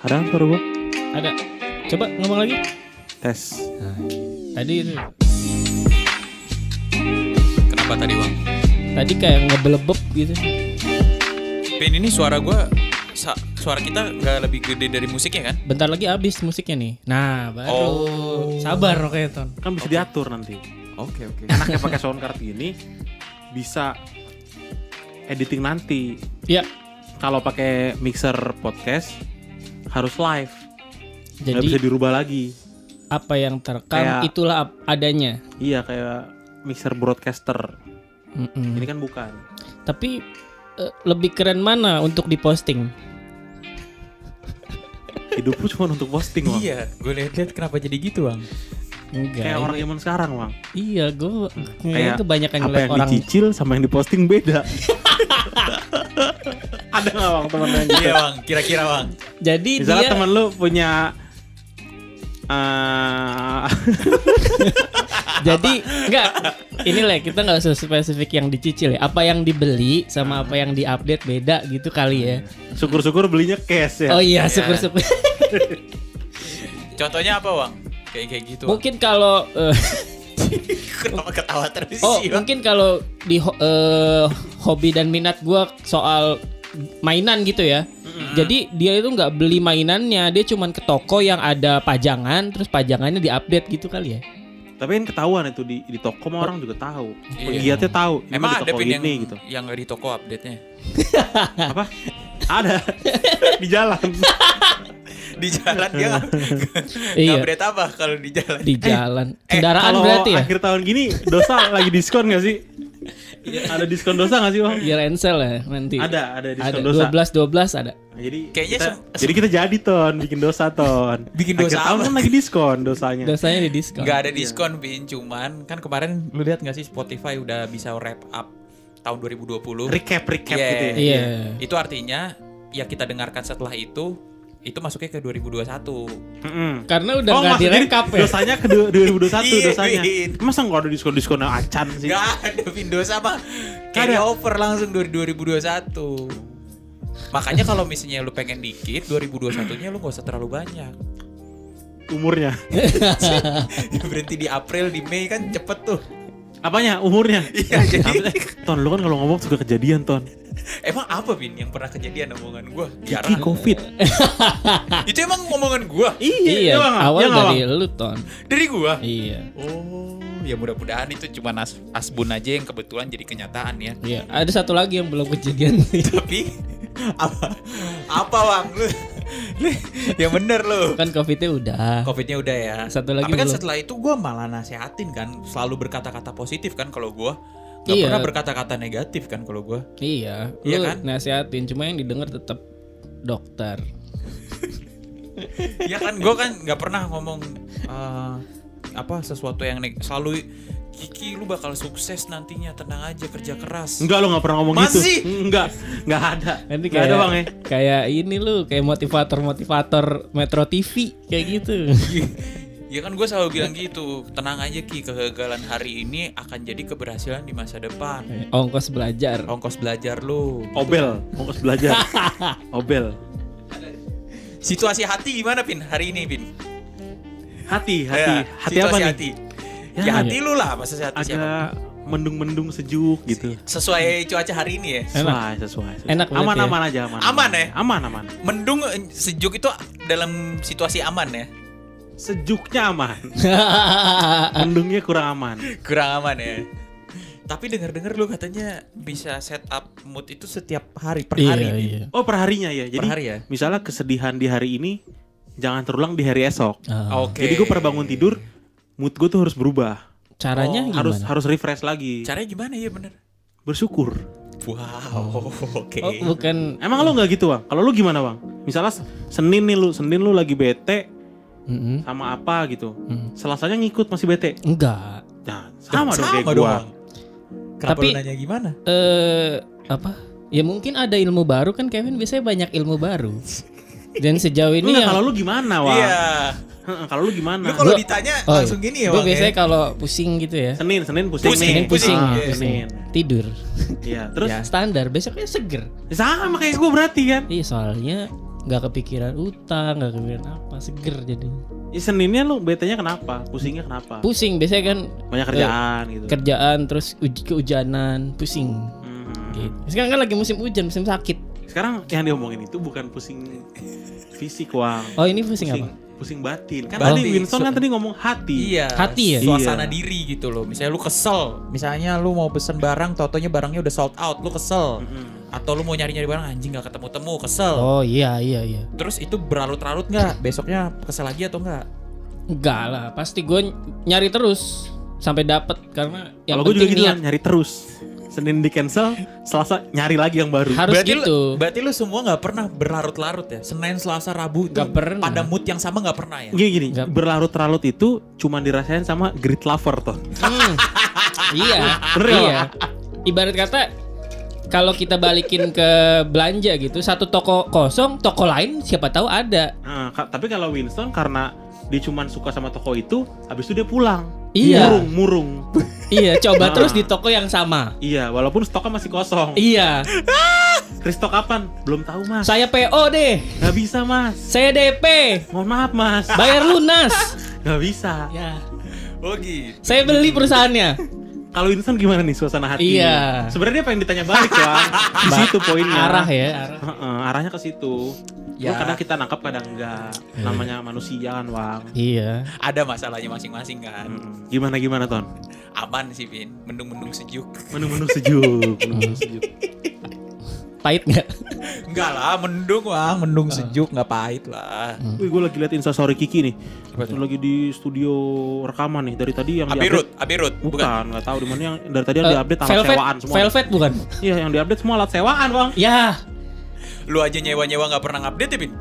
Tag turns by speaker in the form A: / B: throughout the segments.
A: Ada kan suara gue?
B: Ada. Coba ngomong lagi.
A: Tes.
B: Nah, tadi itu.
C: Kenapa tadi Bang?
B: Tadi kayak ngebelebep gitu.
C: Pin, ini suara suara kita nggak lebih gede dari musiknya kan?
B: Bentar lagi habis musiknya nih. Nah, baru. Sabar oke, Ton.
A: Kan bisa diatur nanti.
C: Oke.
A: Enaknya pakai soundcard gini bisa editing nanti.
B: Ya.
A: Kalau pakai mixer podcast harus live. Nggak
B: Jadi
A: bisa dirubah lagi.
B: apa yang terekam
A: Kayak-
B: itulah adanya.
A: Iya, kayak mixer broadcaster.
B: Mm-mm.
A: Ini kan bukan.
B: Tapi lebih keren mana untuk diposting?
A: Hidup lu cuma untuk posting, Bang.
C: Iya, gue lihat kenapa jadi gitu Bang?
B: Enggak.
A: Kayak orang zaman sekarang, Bang.
B: Iya, gue
A: Kayak
B: kebanyakan
A: apa
B: ngeliat
A: yang
B: orang.
A: dicicil sama yang diposting beda. Ada nggak, Bang, temen yang gitu?
C: Iya Bang, kira-kira Bang.
B: Jadi
A: Misalnya
B: dia
A: temen lu punya
B: jadi enggak. Inilah kita nggak usah spesifik yang dicicil ya. Apa yang dibeli sama apa yang diupdate beda gitu kali ya.
A: syukur-syukur belinya cash ya.
B: Oh iya,
C: Iya.
B: syukur-syukur.
C: Contohnya apa Bang? Kayak gitu. Bang.
B: Mungkin kalau
C: Kenapa ketawa terus
B: oh
C: sih Bang?
B: mungkin kalau di hobi dan minat gua soal mainan gitu ya. Jadi dia itu nggak beli mainannya, dia cuman ke toko yang ada pajangan, terus pajangannya diupdate gitu kali ya.
A: Tapi kan ketahuan itu di toko mah orang juga tahu.
C: Iya.
A: Penggiatnya tahu. Ini
C: Emang
A: mah di
C: ada
A: toko
C: Pin
A: ini gitu.
C: yang nggak di toko update-nya?
A: Apa? Ada di jalan.
C: Di jalan dia
B: Iya.
C: update apa kalau di jalan?
B: Di jalan. Kendaraan
A: Kalau
B: berarti ya?
A: akhir tahun gini dosa lagi diskon gak sih? Ada diskon dosa gak sih, Bang?
B: Year end sale ya nanti.
A: Ada diskon
B: Ada
A: dosa.
B: 12 ada.
A: Nah, jadi
C: Kayaknya
A: kita jadi Ton, bikin dosa Ton.
C: Bikin dosa
A: akhir tahun
C: apa?
A: kan lagi diskon dosanya.
B: Dosanya di diskon.
C: nggak ada diskon Pin, cuman kan kemarin lu lihat nggak sih Spotify udah bisa wrap up tahun 2020.
A: Recap
C: Iya.
A: gitu ya.
B: Iya.
C: Itu artinya yang kita dengarkan setelah itu masuknya ke 2021.
B: Karena udah nggak
A: maksudnya
B: direkap ya.
A: dosanya ke 2021
C: Iya,
A: dosanya.
C: Win.
A: Masa nggak ada diskon acan sih?
C: Gak ada Pin, dosa mah carry over langsung dari 2021. Makanya kalau misalnya lu pengen dikit 2021-nya lu gak usah terlalu banyak.
A: Umurnya.
C: Berhenti di April, di Mei kan cepet tuh.
A: Apanya? Umurnya?
C: Iya, jadi
A: Ton, lu kan kalau ngomong suka kejadian, Ton.
C: emang apa Pin yang pernah kejadian omongan gua?
A: Kiki Covid.
C: Itu emang omongan gua?
B: Iya, awal dari lu Ton.
C: Dari gua?
B: Iya.
C: Oh, ya mudah-mudahan itu cuma asbun aja yang kebetulan jadi kenyataan ya.
B: Iya, ada satu lagi yang belum kejadian sih.
C: Tapi apa Bang lu yang bener lu.
B: Kan Covid-nya udah.
C: Covidnya udah ya.
B: Satu lagi
C: tapi kan
B: belum.
C: setelah itu gue malah nasehatin kan, selalu berkata-kata positif kan kalau gue. Gak
B: Iya.
C: pernah berkata-kata negatif kan kalau gue.
B: Iya,
C: Iya
B: lu
C: kan?
B: nasihatin, cuma yang didengar tetap dokter.
C: Ya kan gue kan nggak pernah ngomong sesuatu yang selalu Kiki lu bakal sukses nantinya, tenang aja, kerja keras.
A: Enggak, lu gak pernah ngomong
C: Masih?
A: gitu. Enggak ada.
B: Nanti
A: Nggak ada, Bang ya.
B: Kayak ini lu, kayak motivator Metro TV kayak gitu.
C: Ya kan gue selalu bilang gitu, tenang aja Ki, kegagalan hari ini akan jadi keberhasilan di masa depan.
B: Ongkos belajar.
C: Ongkos belajar lu.
A: Obel, ongkos belajar. Obel.
C: Situasi hati gimana Pin hari ini Pin?
A: Hati
C: Ya,
A: apa
C: situasi
A: nih?
C: hati.
A: Ya,
C: Ya hati lu lah, masa hati siapa?
A: Agak mendung-mendung sejuk gitu.
C: Sesuai cuaca hari ini ya.
A: Sesuai.
B: Enak berarti
A: Aman aja, aman.
C: Aman ya?
A: Aman.
C: Mendung sejuk itu dalam situasi aman ya.
A: Sejuknya aman. Mendungnya kurang aman.
C: Kurang aman ya. Tapi dengar-dengar lu katanya bisa set up mood itu setiap hari per hari. Pin.
B: Iya.
A: Oh, perharinya ya. Jadi
C: Per hari ya?
A: misalnya kesedihan di hari ini jangan terulang di hari esok.
C: Oke.
A: Jadi gue pernah bangun tidur, mood gue tuh harus berubah.
B: Caranya gimana?
A: Harus refresh lagi.
C: Caranya gimana ya bener?
A: Bersyukur.
C: Wow, oke.
B: Oh, bukan.
A: Emang lu nggak gitu, Bang? Kalau lu gimana, Bang? Misalnya Senin lu lagi bete
B: Mm-mm.
A: sama apa gitu. Selasanya ngikut masih bete.
B: Enggak.
A: Nah, sama dong kayak
C: Sama
A: gua.
C: dong. Kenapa
B: Tapi-
C: lu nanya gimana?
B: Apa? Ya mungkin ada ilmu baru kan, Kevin biasanya banyak ilmu baru. Dan sejauh ini
A: Enggak,
B: yang
A: kalau lu gimana, Wang?
C: Iya.
A: Kalau lu gimana?
C: Lu kalau
B: Gua-
C: ditanya
B: Oh,
C: langsung gini ya
B: gue
C: Bang.
B: biasanya
C: ya?
B: kalau pusing gitu ya.
A: Senin pusing.
C: Pusing,
A: nih.
B: Pusing,
A: Ah,
C: iya.
A: Senin.
B: Tidur.
A: Iya, terus
B: Ya standar, besoknya seger.
A: sama kayak gua berarti kan.
B: Iya, soalnya nggak kepikiran utang, nggak kepikiran apa, seger jadi.
A: Ya, Seninnya lu betenya kenapa? Pusingnya kenapa?
B: Pusing biasanya kan
A: Banyak kerjaan gitu.
B: kerjaan terus kehujanan, pusing. Gitu. Sekarang kan lagi musim hujan, musim sakit.
A: Sekarang yang diomongin itu bukan pusing fisik, Wang.
B: Oh ini pusing apa?
A: Pusing batin. Kan
C: Batin.
A: tadi Winston kan tadi ngomong hati.
C: Iya.
B: Hati ya?
C: Suasana
A: Iya.
C: diri gitu loh. Misalnya lu kesel. Misalnya lu mau pesen barang, totonya barangnya udah sold out, lu kesel. Atau lu mau nyari-nyari barang, anjing gak ketemu-temu, kesel.
B: Oh iya.
C: Terus itu berlarut-larut nggak? Besoknya kesel lagi atau enggak?
B: Enggak lah, pasti gue nyari terus sampai dapet karena yang
A: Kalau gue juga
B: penting
A: gitu
B: niat.
A: kan, nyari terus. Senin di cancel, Selasa nyari lagi yang baru.
B: Harus gitu.
C: Berarti lu semua nggak pernah berlarut-larut ya? Senin, Selasa, Rabu itu
B: Nggak pernah.
C: pada mood yang sama nggak pernah ya?
A: Gini,
B: Nggak.
A: berlarut-larut itu cuma dirasain sama grit lover tuh.
B: Iya.
A: Bener ya,
B: Iya. Ibarat kata kalau kita balikin ke belanja gitu, satu toko kosong, toko lain siapa tahu ada.
A: Nah, tapi kalau Winston karena dia cuma suka sama toko itu, habis itu dia pulang.
B: Iya.
A: Murung.
B: Iya, coba
A: Ah.
B: terus di toko yang sama.
A: Iya, walaupun stoknya masih kosong.
B: Iya.
A: Restock kapan? Belum tahu, Mas.
B: Saya PO deh.
A: Gak bisa, Mas.
B: Saya DP.
A: Mohon maaf, Mas.
B: Bayar lunas.
A: Gak bisa.
B: Ya.
C: Oh gitu.
B: Saya beli perusahaannya.
A: Kalau Winston gimana nih suasana hati?
B: Iya.
A: Sebenarnya apa yang ditanya balik ya? Di situ poinnya.
B: Arah ya, arah.
A: Heeh, arahnya ke situ.
C: Ya.
A: Kadang kita nangkap, kadang enggak. Namanya manusia kan, Wang.
B: Iya.
C: Ada masalahnya masing-masing kan.
A: Gimana Ton?
C: Aman sih, Vin. Mendung-mendung sejuk.
A: Menu-menu sejuk, menu sejuk.
B: Pahit nggak?
C: Enggak lah, mendung Wang. Mendung sejuk, nggak pahit lah.
A: Wih, gue lagi liat instastory Kiki nih.
C: Apa tuh?
A: Lagi di studio rekaman nih. Dari tadi yang
C: Abirut,
A: diupdate.
C: Abirut.
A: Bukan, nggak tahu di mana yang dari tadi yang diupdate alat
B: Velvet,
A: sewaan semua.
B: Velvet bukan?
A: Iya, yang diupdate semua alat sewaan, Bang.
B: Ya.
C: Lu aja nyewa-nyewa nggak pernah update ya, Vin?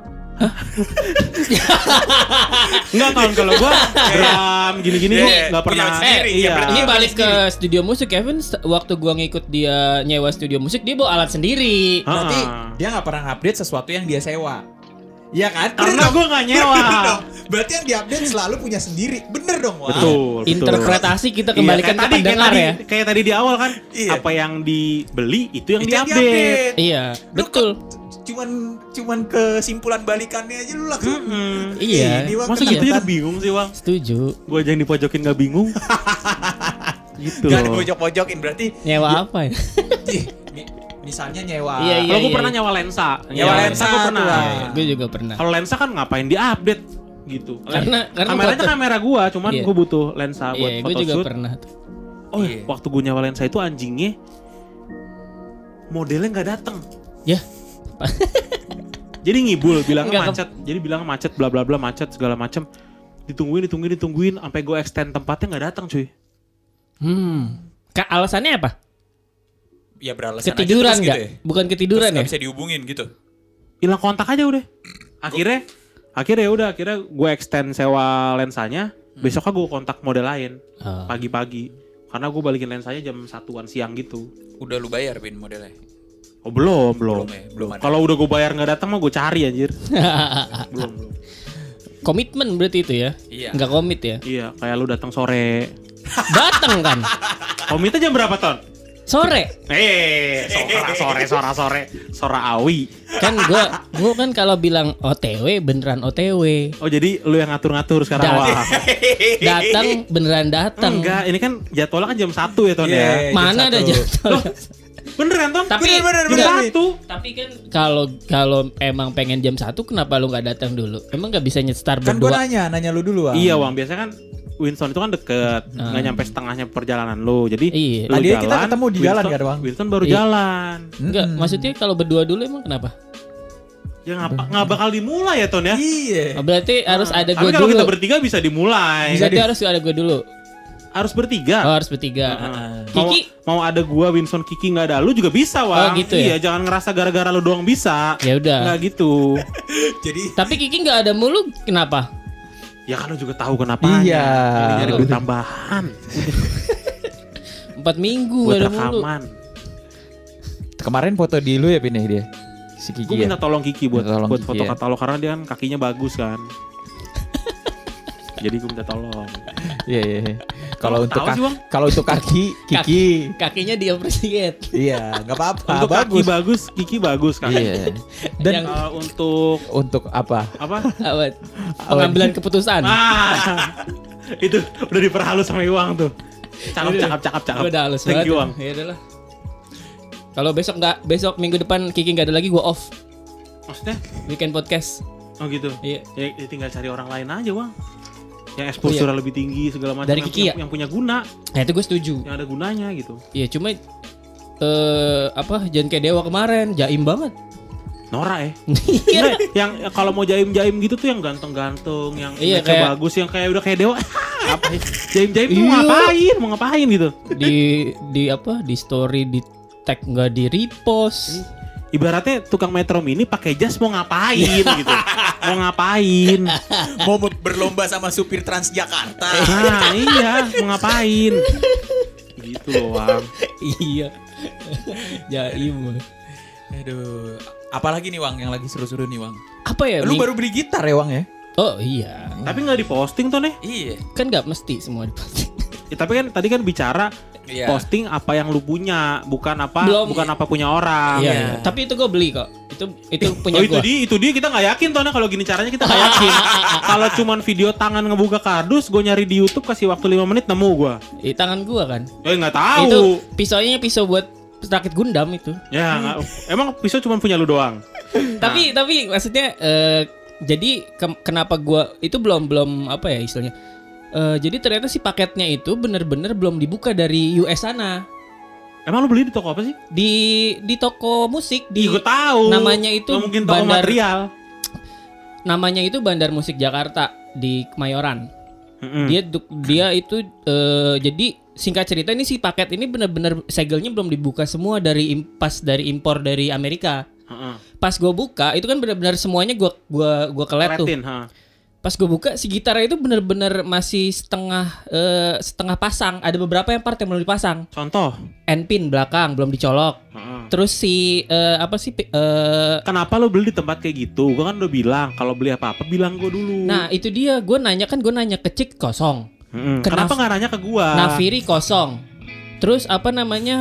A: Enggak kan kalau gua drum gini-gini
C: Iya,
A: gua
C: iya,
A: enggak
C: punya
A: pernah.
C: sendiri,
A: Iya.
C: ya, berarti
B: Ini
C: dia
B: balik
C: beli
B: ke studio musik Kevin, waktu gua ngikut dia nyewa studio musik, dia bawa alat sendiri.
C: Berarti
A: Ah.
C: dia nggak pernah update sesuatu yang dia sewa. Iya kan?
A: Karena gua nggak nyewa.
C: Bener dong. Berarti yang diupdate selalu punya sendiri. Bener dong, Wang.
A: Betul.
B: Interpretasi kita
A: Iya,
B: kembalikan
A: kayak
B: ke pendengar ya.
A: Kayak tadi di awal kan,
C: Iya.
A: apa yang dibeli itu yang
C: Itu yang
A: diupdate.
C: diupdate.
B: Iya,
C: Lu
B: betul.
C: Cuman kesimpulan balikannya aja lu langsung.
B: Iya.
C: Ini Wang
A: Masa gitu
C: kelihatan.
A: aja udah bingung sih, Bang?
B: Setuju.
A: Gua aja yang dipojokin nggak bingung. Gitu
C: Gak
A: loh.
C: dipojok-pojokin berarti
B: Nyewa apa ya?
C: misalnya nyewa.
B: Iya,
A: Kalau gua pernah nyewa lensa.
C: Nyewa lensa
A: gua pernah.
C: tuh,
B: Iya, gue juga pernah.
A: Kalau lensa kan ngapain diupdate gitu.
B: Karena
A: kameranya
B: foto-
A: kamera gua, cuman
B: Iya.
A: gua butuh lensa buat
B: Iya, gue juga
A: photoshoot.
B: pernah tuh.
A: Oh
C: Iya.
A: waktu gue nyawa lensa itu anjingnya modelnya nggak datang.
B: Ya.
A: Jadi ngibul, bilangnya
B: Nggak
A: macet. Jadi bilang macet, bla bla bla, macet segala macem. Ditungguin, sampai gue extend tempatnya nggak datang, cuy.
B: Alasannya apa?
C: Ya beralasan
B: Ketiduran
C: aja terus
B: nggak?
C: gitu ya.
B: Bukan ketiduran
C: Terus
B: ya?
C: nggak bisa dihubungin gitu.
A: Hilang kontak aja udah. Akhirnya gue extend sewa lensanya. Besoknya gue kontak model lain
B: Oh.
A: pagi-pagi. Karena gue balikin lensanya jam 1-an siang gitu.
C: Udah lu bayar Vin modelnya.
A: Oh belum.
C: Belum ya, belum ada.
A: Kalau udah gue bayar nggak datang mah gue cari anjir. belum.
B: Komitmen berarti itu ya?
C: Iya.
B: Nggak komit ya?
A: Iya, kayak lu datang sore.
B: Datang kan?
A: Komitnya jam berapa, Ton?
B: Sore.
A: Sora awi.
B: Kan gua kan kalau bilang OTW beneran OTW.
A: Oh jadi lu yang ngatur-ngatur sekarang.
B: Dan-
A: Wah.
B: Datang beneran datang.
A: Enggak, ini kan jadwalnya kan jam 1 ya Ton
C: Iya,
A: ya.
C: jam
B: Mana ada
C: 1.
B: jadwal?
A: Bener kan Ton?
B: Tapi
C: Bener,
A: jam
C: bener.
A: 1.
B: Tapi kan kalau emang pengen jam 1 kenapa lu nggak datang dulu? Emang nggak bisa nyestar
C: Kan gue
B: berdua?
C: nanya lu dulu Wang.
A: Iya Wang, biasanya kan Winston itu kan deket, nggak nyampe setengahnya perjalanan lu. Jadi
B: Iya.
A: lu
C: Tadi kita ketemu di jalan
A: Winston-
C: kan, Bang?
A: Winston baru
B: Iya.
A: jalan.
B: Enggak, maksudnya kalau berdua dulu emang kenapa?
A: Ya nggak bakal dimulai ya Ton ya.
C: Iya.
B: Oh, berarti harus ada
A: Tapi
B: gue
A: kalau
B: dulu.
A: kita bertiga bisa dimulai.
B: Berarti harus ada gue dulu.
A: Harus bertiga.
B: Oh, harus bertiga.
A: Mau,
B: Kiki?
A: mau ada gua Winston Kiki nggak ada lu juga bisa Wang.
B: gitu
A: Iya,
B: ya?
A: jangan ngerasa gara-gara lu doang bisa.
B: Ya udah.
A: Nggak gitu.
C: Jadi
B: Tapi Kiki nggak ada mulu, kenapa?
A: Ya kan lu juga tahu kenapa.
C: Iya.
A: Nyari duit tambahan
B: 4 minggu
A: buat
B: nggak ada mulu.
A: rekaman.
C: kemarin foto di lu ya Vin ya dia. Si Kiki
A: Gue
C: ya.
A: minta tolong Kiki buat
C: Minta tolong
A: buat
C: Kiki,
A: foto
C: ya.
A: katalog karena dia kan kakinya bagus kan. Jadi gue minta tolong.
C: Iya iya. Kalau untuk
A: Tahu sih, Bang.
C: kalau untuk kaki Kiki.
B: Kakinya di appreciate.
C: Iya, enggak apa-apa.
A: Untuk kaki bagus, Kiki bagus kan.
C: Iya. Dan untuk apa?
A: apa?
B: Apa? Pengambilan keputusan.
A: Itu udah diperhalus sama Iwang tuh. Cakep.
B: Udah halus
A: Thank
B: banget.
A: you, Wang.
B: Ya udahlah. Kalau besok minggu depan Kiki nggak ada lagi, gua off
A: Maksudnya?
B: weekend podcast.
A: Oh gitu.
B: Iya.
A: Ya tinggal cari orang lain aja, Wang. Yang exposure lebih tinggi segala macam.
B: Dari Kiki
A: yang punya guna,
B: Nah itu gue setuju.
A: yang ada gunanya gitu.
B: Iya cuma jangan kayak Dewa kemarin, jaim banget.
A: Nora ya.
B: Iya.
A: Enggak, yang kalau mau jaim-jaim gitu tuh yang ganteng-ganteng, yang
B: Iya,
A: kayak
B: kayak-
A: bagus, yang kayak udah kayak dewa. Apa ya? Jaim-jaim tuh
B: Iya.
A: mau ngapain gitu.
B: Di story di tag nggak di repost.
A: Ibaratnya tukang Metro Mini pakai jas mau ngapain gitu. Mau ngapain.
C: Mau berlomba sama supir Transjakarta.
A: Nah, iya, mau ngapain. Gitu loh, Wang.
B: Iya. Jaim.
C: Aduh, apalagi nih Wang yang lagi seru-seru nih Wang.
B: Apa ya?
C: Lu baru beli gitar ya Wang ya?
B: Oh iya.
A: Tapi nggak diposting tuh nih.
C: Iya.
B: Kan nggak mesti semua diposting.
A: Ya, tapi kan tadi kan bicara
C: Iya.
A: posting apa yang lu punya, bukan apa punya orang.
B: Iya, iya. Tapi itu gue beli kok. Itu punya
A: itu
B: gue.
A: itu dia kita nggak yakin tuh kalau gini caranya kita nggak yakin. Kalau cuman video tangan ngebuka kardus, gue nyari di YouTube kasih waktu 5 menit nemu gue.
B: Tangan gue kan.
A: Nggak tahu.
B: Itu pisaunya pisau buat rakit Gundam itu.
A: Ya emang pisau cuman punya lu doang.
B: Tapi maksudnya jadi kenapa gue itu belum apa ya istilahnya? Jadi ternyata si paketnya itu bener-bener belum dibuka dari US sana.
A: Emang lu beli di toko apa sih?
B: Di toko musik di
A: Gue tahu.
B: namanya itu
A: Nggak mungkin toko material.
B: Namanya itu Bandar Musik Jakarta di Kemayoran.
A: Mm-mm.
B: Dia itu jadi singkat cerita ini si paket ini bener-bener segelnya belum dibuka semua pas dari impor dari Amerika. Pas gue buka itu kan bener-bener semuanya gue kelet tuh.
A: Keletin, ha.
B: Pas gue buka si gitarnya itu bener-bener masih setengah pasang. Ada beberapa yang part yang belum dipasang.
A: Contoh.
B: N-pin belakang belum dicolok. Terus si
A: Kenapa lu beli di tempat kayak gitu? Gue kan udah bilang kalau beli apa-apa bilang gue dulu.
B: Nah itu dia gue nanya ke Cik kosong.
A: Kenapa nggak nanya ke gua?
B: Nafiri kosong. Terus apa namanya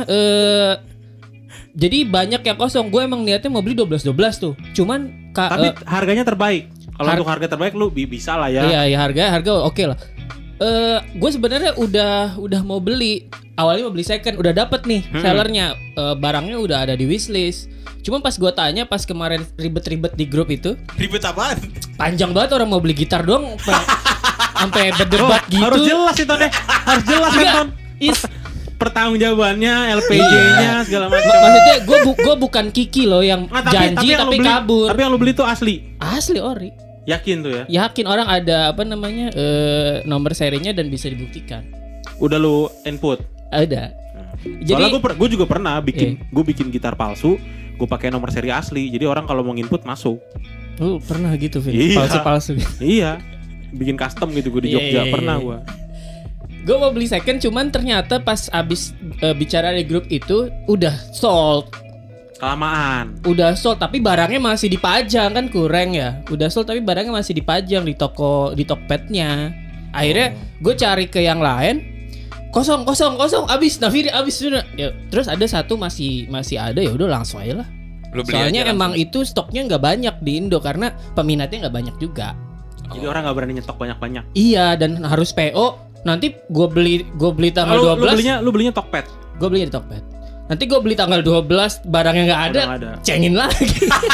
B: jadi banyak yang kosong. Gue emang niatnya mau beli 12 tuh. Cuman
A: tapi harganya terbaik. Kalau untuk harga terbaik lu bisa lah ya.
B: Iya harga oke lah. Gue sebenarnya udah mau beli. Awalnya mau beli second, udah dapet nih sellernya. Barangnya udah ada di wishlist. Cuma pas gue tanya pas kemarin ribet-ribet di grup itu.
C: Ribet apaan?
B: Panjang banget orang mau beli gitar doang. Sampai berdebat gitu.
A: Harus jelas itu deh. Harus jelas kan Ton. Pertanggungjawabannya, LPG-nya segala macam.
B: Maksudnya gue bukan Kiki loh yang janji tapi kabur.
A: Tapi yang lu beli itu asli.
B: Asli ori.
A: Yakin tuh ya?
B: Yakin orang ada apa namanya nomor serinya dan bisa dibuktikan.
A: Udah lu input?
B: Ada.
A: Soalnya gue juga pernah bikin gitar palsu, gue pakai nomor seri asli. Jadi orang kalau mau input masuk.
B: Lu pernah gitu, Vin?
A: Iya.
B: Palsu-palsu.
A: Iya. Bikin custom gitu gue di Jogja pernah gue.
B: Gue mau beli second cuman ternyata pas abis bicara di grup itu udah sold.
A: Kelamaan.
B: Udah sold tapi barangnya masih dipajang kan kurang ya. Udah sold tapi barangnya masih dipajang di Tokpednya. Akhirnya gue cari ke yang lain. Kosong abis sudah. Ya, terus ada satu masih ada ya udah langsung aja lah. Soalnya emang itu stoknya nggak banyak di Indo karena peminatnya nggak banyak juga.
A: Jadi orang nggak berani nyetok banyak-banyak.
B: Iya dan harus PO. Nanti gue beli tanggal 12.
A: Lu belinya Tokped.
B: Gue belinya di Tokped. Nanti gue beli tanggal 12 barangnya nggak ada, cengin lagi.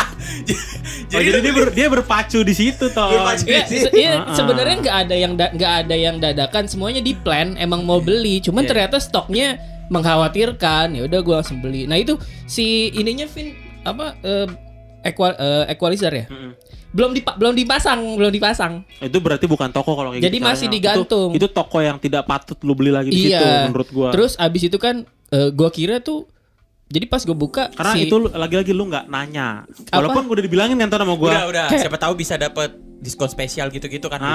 A: Jadi dia berpacu di situ toh.
B: Iya, sebenarnya nggak ada yang dadakan, semuanya di plan emang mau beli, cuman ternyata stoknya mengkhawatirkan. Ya udah gue langsung beli. Nah itu si ininya Vin apa equalizer ya? Belum dipasang. Itu
A: berarti bukan toko kalau kayak
B: jadi
A: gitu. Jadi
B: masih digantung.
A: Itu toko yang tidak patut lu beli lagi di situ menurut gua.
B: Terus abis itu kan gua kira tuh jadi pas gue buka
A: karena itu lagi-lagi lu nggak nanya. Walaupun udah dibilangin kan sama gua.
C: Udah. Siapa tahu bisa dapat diskon spesial gitu-gitu kan.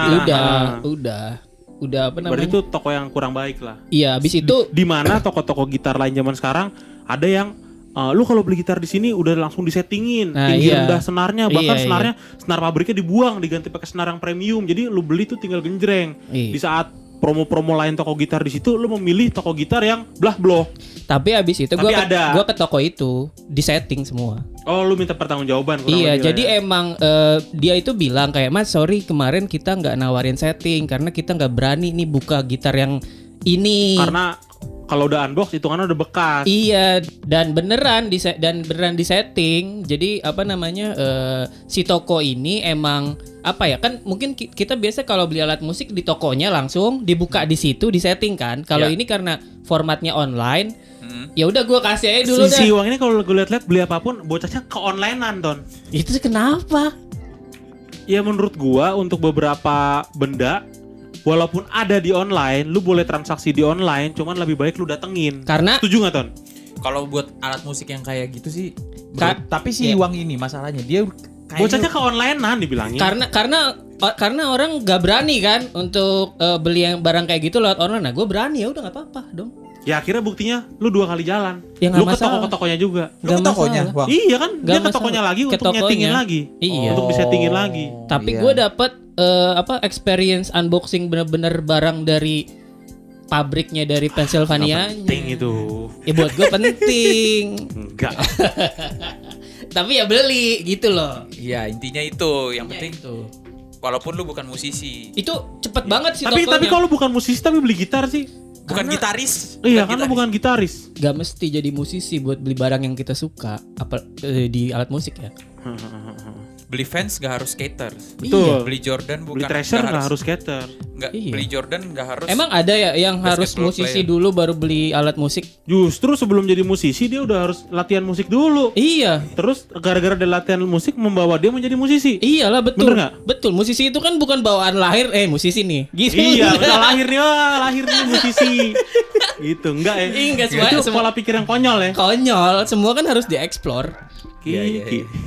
B: Udah apa namanya?
A: Berarti itu toko yang kurang baik lah.
B: Iya, abis itu
A: di mana toko-toko gitar lain zaman sekarang ada yang lu kalau beli gitar di sini udah langsung disettingin, tinggi rendah senarnya, bahkan senar pabriknya dibuang diganti pakai senar yang premium. Jadi lu beli tuh tinggal genjreng. Di saat promo-promo lain toko gitar di situ, lu memilih toko gitar yang blah bloh.
B: Tapi abis itu gue ke toko itu di setting semua.
A: Oh, lu minta pertanggungjawaban?
B: Iya, jadi emang dia itu bilang kayak, Mas sorry kemarin kita nggak nawarin setting karena kita nggak berani nih buka gitar yang ini.
A: Karena kalau udah unbox hitungannya udah bekas.
B: Iya, dan beneran di setting. Jadi apa namanya si toko ini emang apa ya, kan mungkin kita biasa kalau beli alat musik di tokonya langsung dibuka di situ di setting kan. Kalau ini karena formatnya online, ya udah gue kasih aja dulu
A: si Wang ini kalau gue lihat-lihat beli apapun bocahnya ke onlinean, Ton.
B: Itu kenapa?
A: Ya menurut gua untuk beberapa benda walaupun ada di online, lu boleh transaksi di online, cuman lebih baik lu datengin.
B: Karena
A: setuju nggak, Ton?
C: Kalau buat alat musik yang kayak gitu sih, tapi si Wang ini masalahnya dia
A: bocahnya ke onlinean dibilangin.
B: Karena orang nggak berani kan untuk beli yang barang kayak gitu lewat online. Nah, gue berani, ya udah nggak apa-apa dong.
A: Ya akhirnya buktinya lu 2 kali jalan.
B: Ya,
A: lu ke toko-tokonya juga.
C: Lu ke tokonya, Wang?
A: Iya kan, dia ke tokonya lagi untuk nyetingin lagi.
B: Iya.
A: Untuk disettingin lagi.
B: Tapi gue dapet experience unboxing bener-bener barang dari pabriknya dari Pennsylvania.
A: Penting itu.
B: Ya buat gue penting.
A: Enggak.
B: Tapi ya beli gitu loh.
C: Iya, intinya itu yang penting
B: itu.
C: Walaupun lu bukan musisi.
B: Itu cepet banget sih
A: tokonya. Tapi kalau bukan musisi tapi beli gitar sih.
C: Bukan gitaris.
A: Iya, karena bukan gitaris.
B: Gak mesti jadi musisi buat beli barang yang kita suka di alat musik ya.
C: Beli Vans gak harus skater.
A: Betul.
C: Beli Jordan bukan.
A: Beli Treasure gak harus skater.
C: Beli Jordan gak harus.
B: Emang ada ya yang harus musisi dulu baru beli alat musik?
A: Justru sebelum jadi musisi dia udah harus latihan musik dulu.
B: Iya.
A: Terus gara-gara dia latihan musik membawa dia menjadi musisi.
B: Iyalah, betul.
A: Bener gak?
B: Betul. Musisi itu kan bukan bawaan lahir. Musisi nih. Gitu.
A: Iya, lahir nih musisi. Gitu. Enggak ya?
B: Enggak,
A: itu pola pikir yang konyol ya.
B: Konyol. Semua kan harus dieksplor.
C: Iya.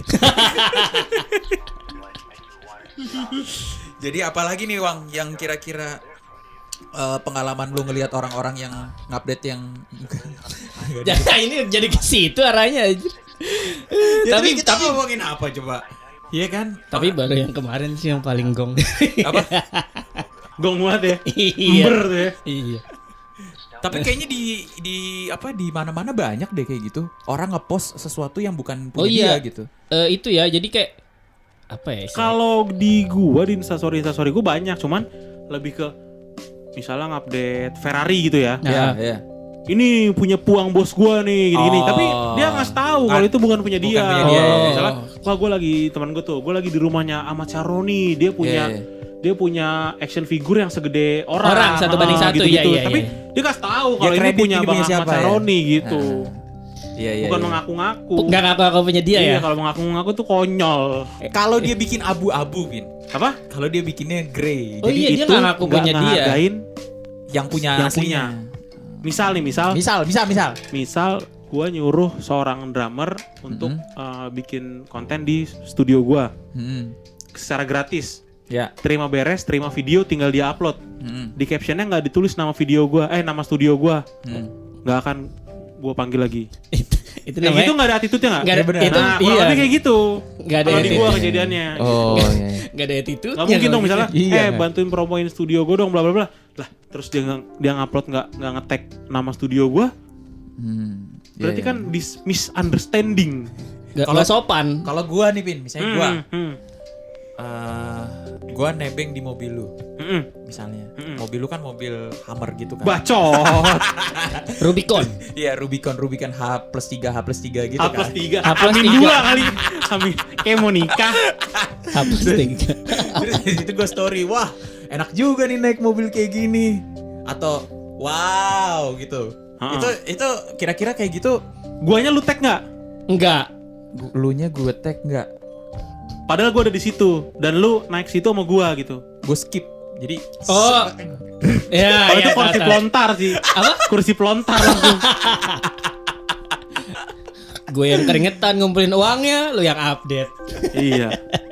C: Jadi apalagi nih Wang yang kira-kira pengalaman lu ngelihat orang-orang yang ngupdate yang
B: jangan ini jadi ke situ arahnya aja.
C: Tapi kita ngomongin apa coba? Iya kan?
B: Tapi baru yang kemarin sih yang paling gong.
C: Apa?
A: Gong banget ya?
B: Iya.
A: Ember tuh ya?
B: Iya.
C: Tapi kayaknya di mana-mana banyak deh kayak gitu. Orang ngepost sesuatu yang bukan punya dia gitu.
B: Itu ya, jadi kayak apa ya?
A: Kalau di gua di instastory gua banyak, cuman lebih ke misalnya ngupdate Ferrari gitu ya.
C: Iya.
A: Ini punya puang bos gua nih gini-gini. Tapi dia ngasih tahu kalau itu bukan punya dia. Misalnya, wah gua lagi teman gua lagi di rumahnya Ahmad Syaroni, dia punya action figure yang segede orang
B: 1:1 gitu. Iya.
A: Tapi dia kasih tahu kalau ini punya Bang Ahmad Syaroni gitu.
C: Iya.
A: Bukan mengaku-ngaku.
B: Enggak ngaku-ngaku punya dia ya.
A: Iya, kalau mengaku-ngaku tuh konyol.
C: Kalau dia bikin abu-abu, Vin.
A: Apa?
C: Kalau dia bikinnya grey.
B: Oh
A: jadi
B: iya,
A: itu
B: dia enggak ngaku punya dia.
A: Ngehargain
C: yang punya aslinya.
A: Misal gua nyuruh seorang drummer untuk bikin konten di studio gua. Secara gratis.
C: Ya.
A: Terima beres, terima video, tinggal dia upload. Di captionnya nggak ditulis nama video gua, nama studio gua. Nggak akan gua panggil lagi.
B: Itu namanya.
A: Gitu nggak ada attitude-nya nggak?
B: Nggak ada. Itu
A: kurang lebih kayak gitu.
B: Nggak ada.
A: Kalau di gua kejadiannya.
B: Oh. Iya. Nggak ada attitude.
A: Nggak mungkin dong misalnya, bantuin promoin studio gua dong, bla bla bla. Lah, terus dia ngupload nggak nge-tag nama studio gua. Berarti kan misunderstanding.
B: Kalau sopan.
C: Kalau gua nih, Pin, misalnya gua nebeng di mobil lu. Misalnya. Mobil lu kan mobil Hummer gitu kan.
A: Bacot.
B: Rubicon.
C: Iya, Rubicon H+3 gitu kan.
A: H+3. Amin 2 kali. Amin. Kayak mau nikah.
B: H+3.
C: Terus itu gua story, wah, enak juga nih naik mobil kayak gini. Atau wow gitu. Itu kira-kira kayak gitu.
A: Guanya lu tag enggak?
B: Enggak.
C: Lunya gue tag enggak?
A: Padahal gue ada di situ dan lu naik situ sama gua gitu.
C: Gue skip. Jadi
B: ya,
A: itu kursi pelontar sih.
B: Apa?
A: Kursi pelontar langsung.
B: Gue yang keringetan ngumpulin uangnya, lu yang update.
A: Iya.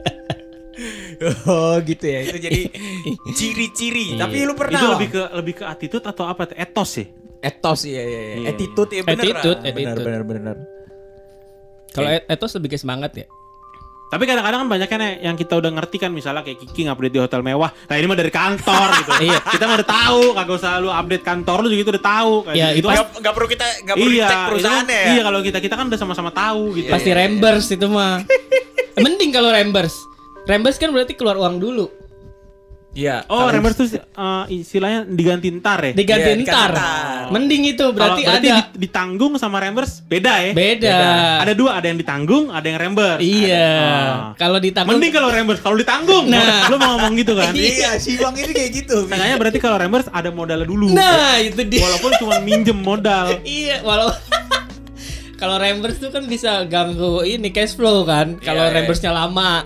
C: Oh gitu ya. Itu jadi ciri-ciri. Tapi lu pernah.
A: Itu lebih ke attitude atau apa? Etos sih.
C: Etos iya. Attitude ya benar.
B: Attitude.
C: Benar.
B: Kalau etos lebih ke semangat ya.
A: Tapi kadang-kadang kan banyak kan yang kita udah ngerti kan, misalnya kayak Kiki update di hotel mewah. Nah ini mah dari kantor gitu. Iya. Kita mah udah tahu, kagak usah lu update kantor lu juga itu udah tahu.
B: Iya,
A: itu
C: nggak perlu kita cek perusahaannya ya.
A: Iya, kalau kita kan udah sama-sama tahu gitu.
B: Pasti reimburse itu mah. Mending kalau reimburse. Reimburse kan berarti keluar uang dulu.
C: Iya.
A: Oh, reimburse tuh istilahnya diganti ntar ya?
B: Diganti ntar. Mending itu berarti ada
A: ditanggung sama reimburse beda ya?
B: Beda.
A: Ada dua, ada yang ditanggung, ada yang reimburse.
B: Iya. Kalau ditanggung
A: mending kalau reimburse, kalau ditanggung.
B: Nah,
A: lu mau ngomong gitu kan?
C: Iya, si Bang ini kayak gitu.
A: Makanya berarti kalau reimburse ada modalnya dulu.
B: Nah, itu dia.
A: Walaupun cuma minjem modal.
B: Iya, kalau reimburse tuh kan bisa ganggu ini cash flow kan. Kalau reimburse-nya lama.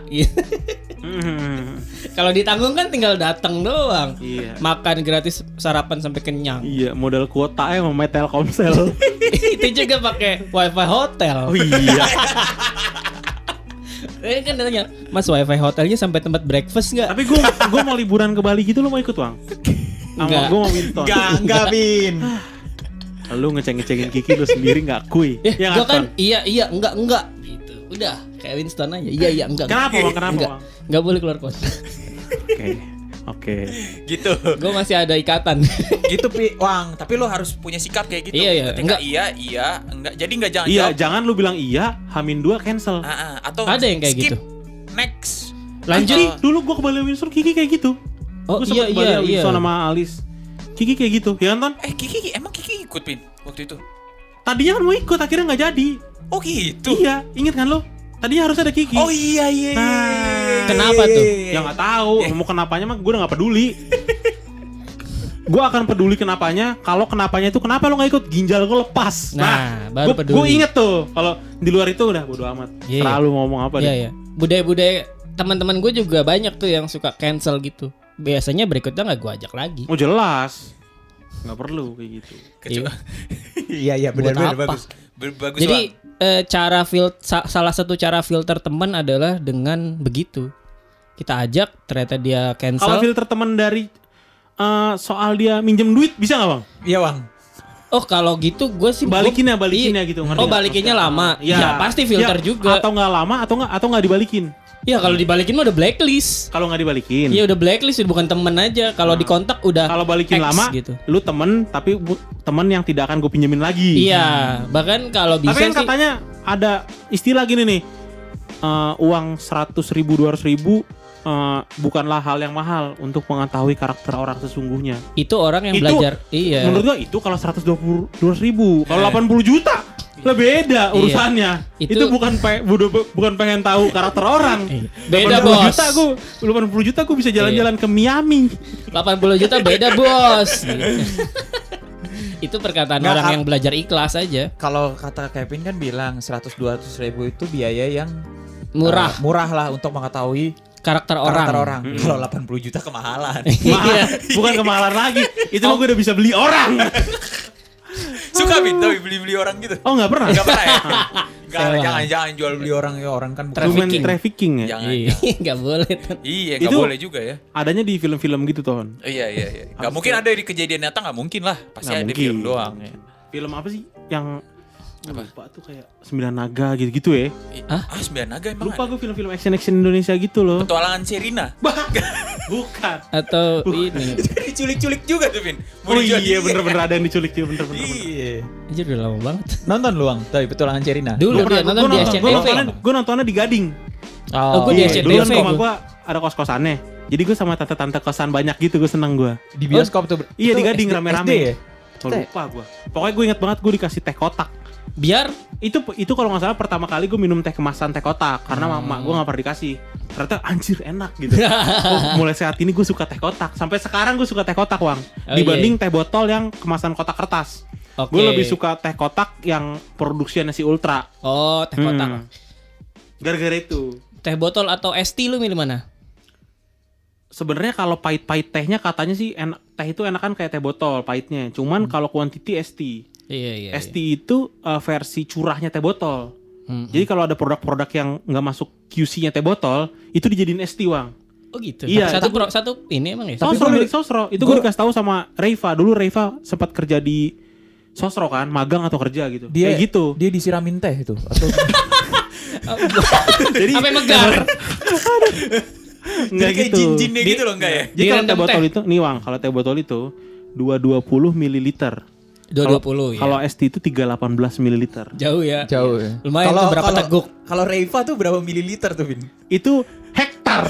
B: Kalau ditanggung kan tinggal datang doang.
A: Iya.
B: Makan gratis, sarapan sampai kenyang.
A: Iya, modal kuota sama Telkomsel.
B: Itu juga pakai wifi hotel.
A: Oh iya.
B: Kan nanya, Mas wifi hotelnya sampai tempat breakfast nggak?
A: Tapi gue mau liburan ke Bali gitu, lo mau ikut Bang?
B: Enggak.
A: Gue mau Winton.
C: Enggak Bin.
A: Lu ngeceng-ngecengin Kiki lu sendiri nggak kui?
B: Ya gue kan iya enggak gitu. Udah kayak Winston aja. Iya enggak.
A: Kenapa Bang? Kenapa
B: Bang? Enggak boleh keluar kota.
A: Oke.
C: Gitu.
B: Gue masih ada ikatan.
C: Gitu Wang, tapi lo harus punya sikap kayak gitu.
B: Iya.
C: Ketika enggak. Jadi enggak jangan
A: Iya,
C: jawab.
A: jangan lu bilang iya, H-2 cancel.
C: Atau
B: ada yang kayak
C: skip.
B: gitu.
C: Next.
A: Lanjut. Dulu gua ke Bali Windsor Kiki kayak gitu.
B: Oh
A: gua sempet
B: iya.
A: Windsor sama Alis. Kiki kayak gitu. Ya kan?
C: Kiki ikut Pin waktu itu.
A: Tadinya kan mau ikut, akhirnya nggak jadi.
C: Oh gitu.
A: Iya, inget kan lo? Tadinya harus ada Kiki.
C: Oh iya.
A: Nah,
B: kenapa tuh?
A: Ya nggak tahu. Mau kenapanya mah gue udah nggak peduli. Gue akan peduli kenapanya. Kalau kenapanya itu kenapa lo nggak ikut? Ginjal gue lepas.
B: Nah baru peduli.
A: Gue inget tuh. Kalau di luar itu udah bodo amat. Selalu ngomong apa deh.
B: Iya. Budaya-budaya teman-teman gue juga banyak tuh yang suka cancel gitu. Biasanya berikutnya nggak gue ajak lagi.
A: Oh jelas. Nggak perlu kayak gitu.
C: Iya benar bagus. Bagus.
B: Jadi salah satu cara filter teman adalah dengan begitu. Kita ajak, ternyata dia cancel.
A: Kalau filter teman dari soal dia minjem duit bisa nggak Bang?
C: Iya Bang.
B: Oh kalau gitu gue sih
A: balikinnya gitu.
B: Oh balikinnya lama. Ya pasti filter juga.
A: Atau nggak lama atau nggak dibalikin.
B: Ya kalau dibalikin mah udah blacklist.
A: Kalau nggak dibalikin.
B: Iya udah blacklist, bukan temen aja. Kalau dikontak udah.
A: Kalau balikin
B: X,
A: lama,
B: gitu.
A: Lu temen tapi temen yang tidak akan gue pinjemin lagi.
B: Iya, bahkan kalau bisa.
A: Tapi kan katanya ada istilah gini nih, uang 100.000 200.000 bukanlah hal yang mahal untuk mengetahui karakter orang sesungguhnya.
B: Itu orang yang belajar. Iya.
A: Menurut gua itu kalau 122.000, kalau 80 juta lah beda urusannya. Itu bukan pengen tahu karakter orang.
B: Beda bos.
A: 80 juta gua bisa jalan-jalan ke Miami.
B: 80 juta beda bos. Itu perkataan orang yang belajar ikhlas aja.
C: Kalau kata Kevin kan bilang 100-200 ribu itu biaya yang
B: murah
C: lah untuk mengetahui
B: karakter orang.
C: Kalau 80 juta kemahalan.
A: Bukan kemahalan lagi. Itu gue udah bisa beli orang.
C: Suka tapi beli orang gitu.
A: Oh nggak pernah.
C: Nggak pernah ya. Jangan jual beli orang ya, orang kan
A: trafficking ya.
C: Jangan.
B: Nggak boleh.
C: Iya nggak boleh juga ya.
A: Adanya di film-film gitu Ton.
C: Iya. Nggak mungkin ada di kejadian nyata, nggak mungkin lah. Pasti ada di film doang.
A: Film apa sih yang lupa tuh kayak 9 Naga gitu-gitu ya.
C: 9 Naga emang.
A: Lupa gue film-film action Indonesia gitu loh.
C: Petualangan Sherina.
A: Bukan.
B: Atau ini.
C: Diculik-culik juga tuh Vin.
A: Oh iya bener-bener ada yang diculik juga bener.
C: Iya.
B: Aja udah lama banget.
C: Nonton luang tapi Petualangan Sherina.
B: Dulu dia nonton di SCTV.
A: Gue nontonnya di Gading.
B: Oh gue di SCTV.
A: Dulu kan rumah gue ada kos-kosannya. Jadi gue sama tante-tante kosan banyak gitu, gue seneng gue.
C: Di bioskop tuh.
A: Iya di Gading rame-rame.
C: Lupa
A: gue. Pokoknya gue inget banget gue dikasih teh kotak.
B: Biar
A: itu kalau nggak salah pertama kali gue minum teh kemasan teh kotak karena mak gue nggak pernah dikasih. Ternyata anjir enak gitu. Mulai saat ini gue suka teh kotak. Sampai sekarang gue suka teh kotak Wang. Dibanding teh botol yang kemasan kotak kertas. Gue lebih suka teh kotak yang produksinya si Ultra.
B: Oh teh kotak.
A: Gara-gara itu.
B: Teh botol atau es tea lu milih mana?
A: Sebenarnya kalau pahit-pahit tehnya katanya sih teh itu enakan kayak teh botol pahitnya. Cuman kalau quantity es tea.
B: Iya.
A: ST itu versi curahnya teh botol. Jadi kalau ada produk-produk yang nggak masuk QC-nya teh botol, itu dijadiin ST Wang.
B: Oh gitu.
A: Iya.
B: Satu ini emang ya.
A: Sosro milik Sosro. Itu gue dikasih tahu sama Reifa. Dulu Reifa sempat kerja di Sosro kan, magang atau kerja gitu.
C: Kayak
A: gitu.
C: Dia disiramin teh itu atau
B: Jadi sampai megar.
A: Enggak
C: kayak
A: gitu.
C: jin-jinnya gitu loh enggak ya?
A: Jadi kalau teh botol itu, nih Wang, kalau teh botol itu 220 ml.
B: 220 ya.
A: Kalau ST itu 318 ml.
B: Jauh ya.
D: Jauh ya.
B: Lumayan tuh berapa teguk.
C: Kalau Reiva tuh berapa mililiter tuh, Vin?
A: Itu hektar.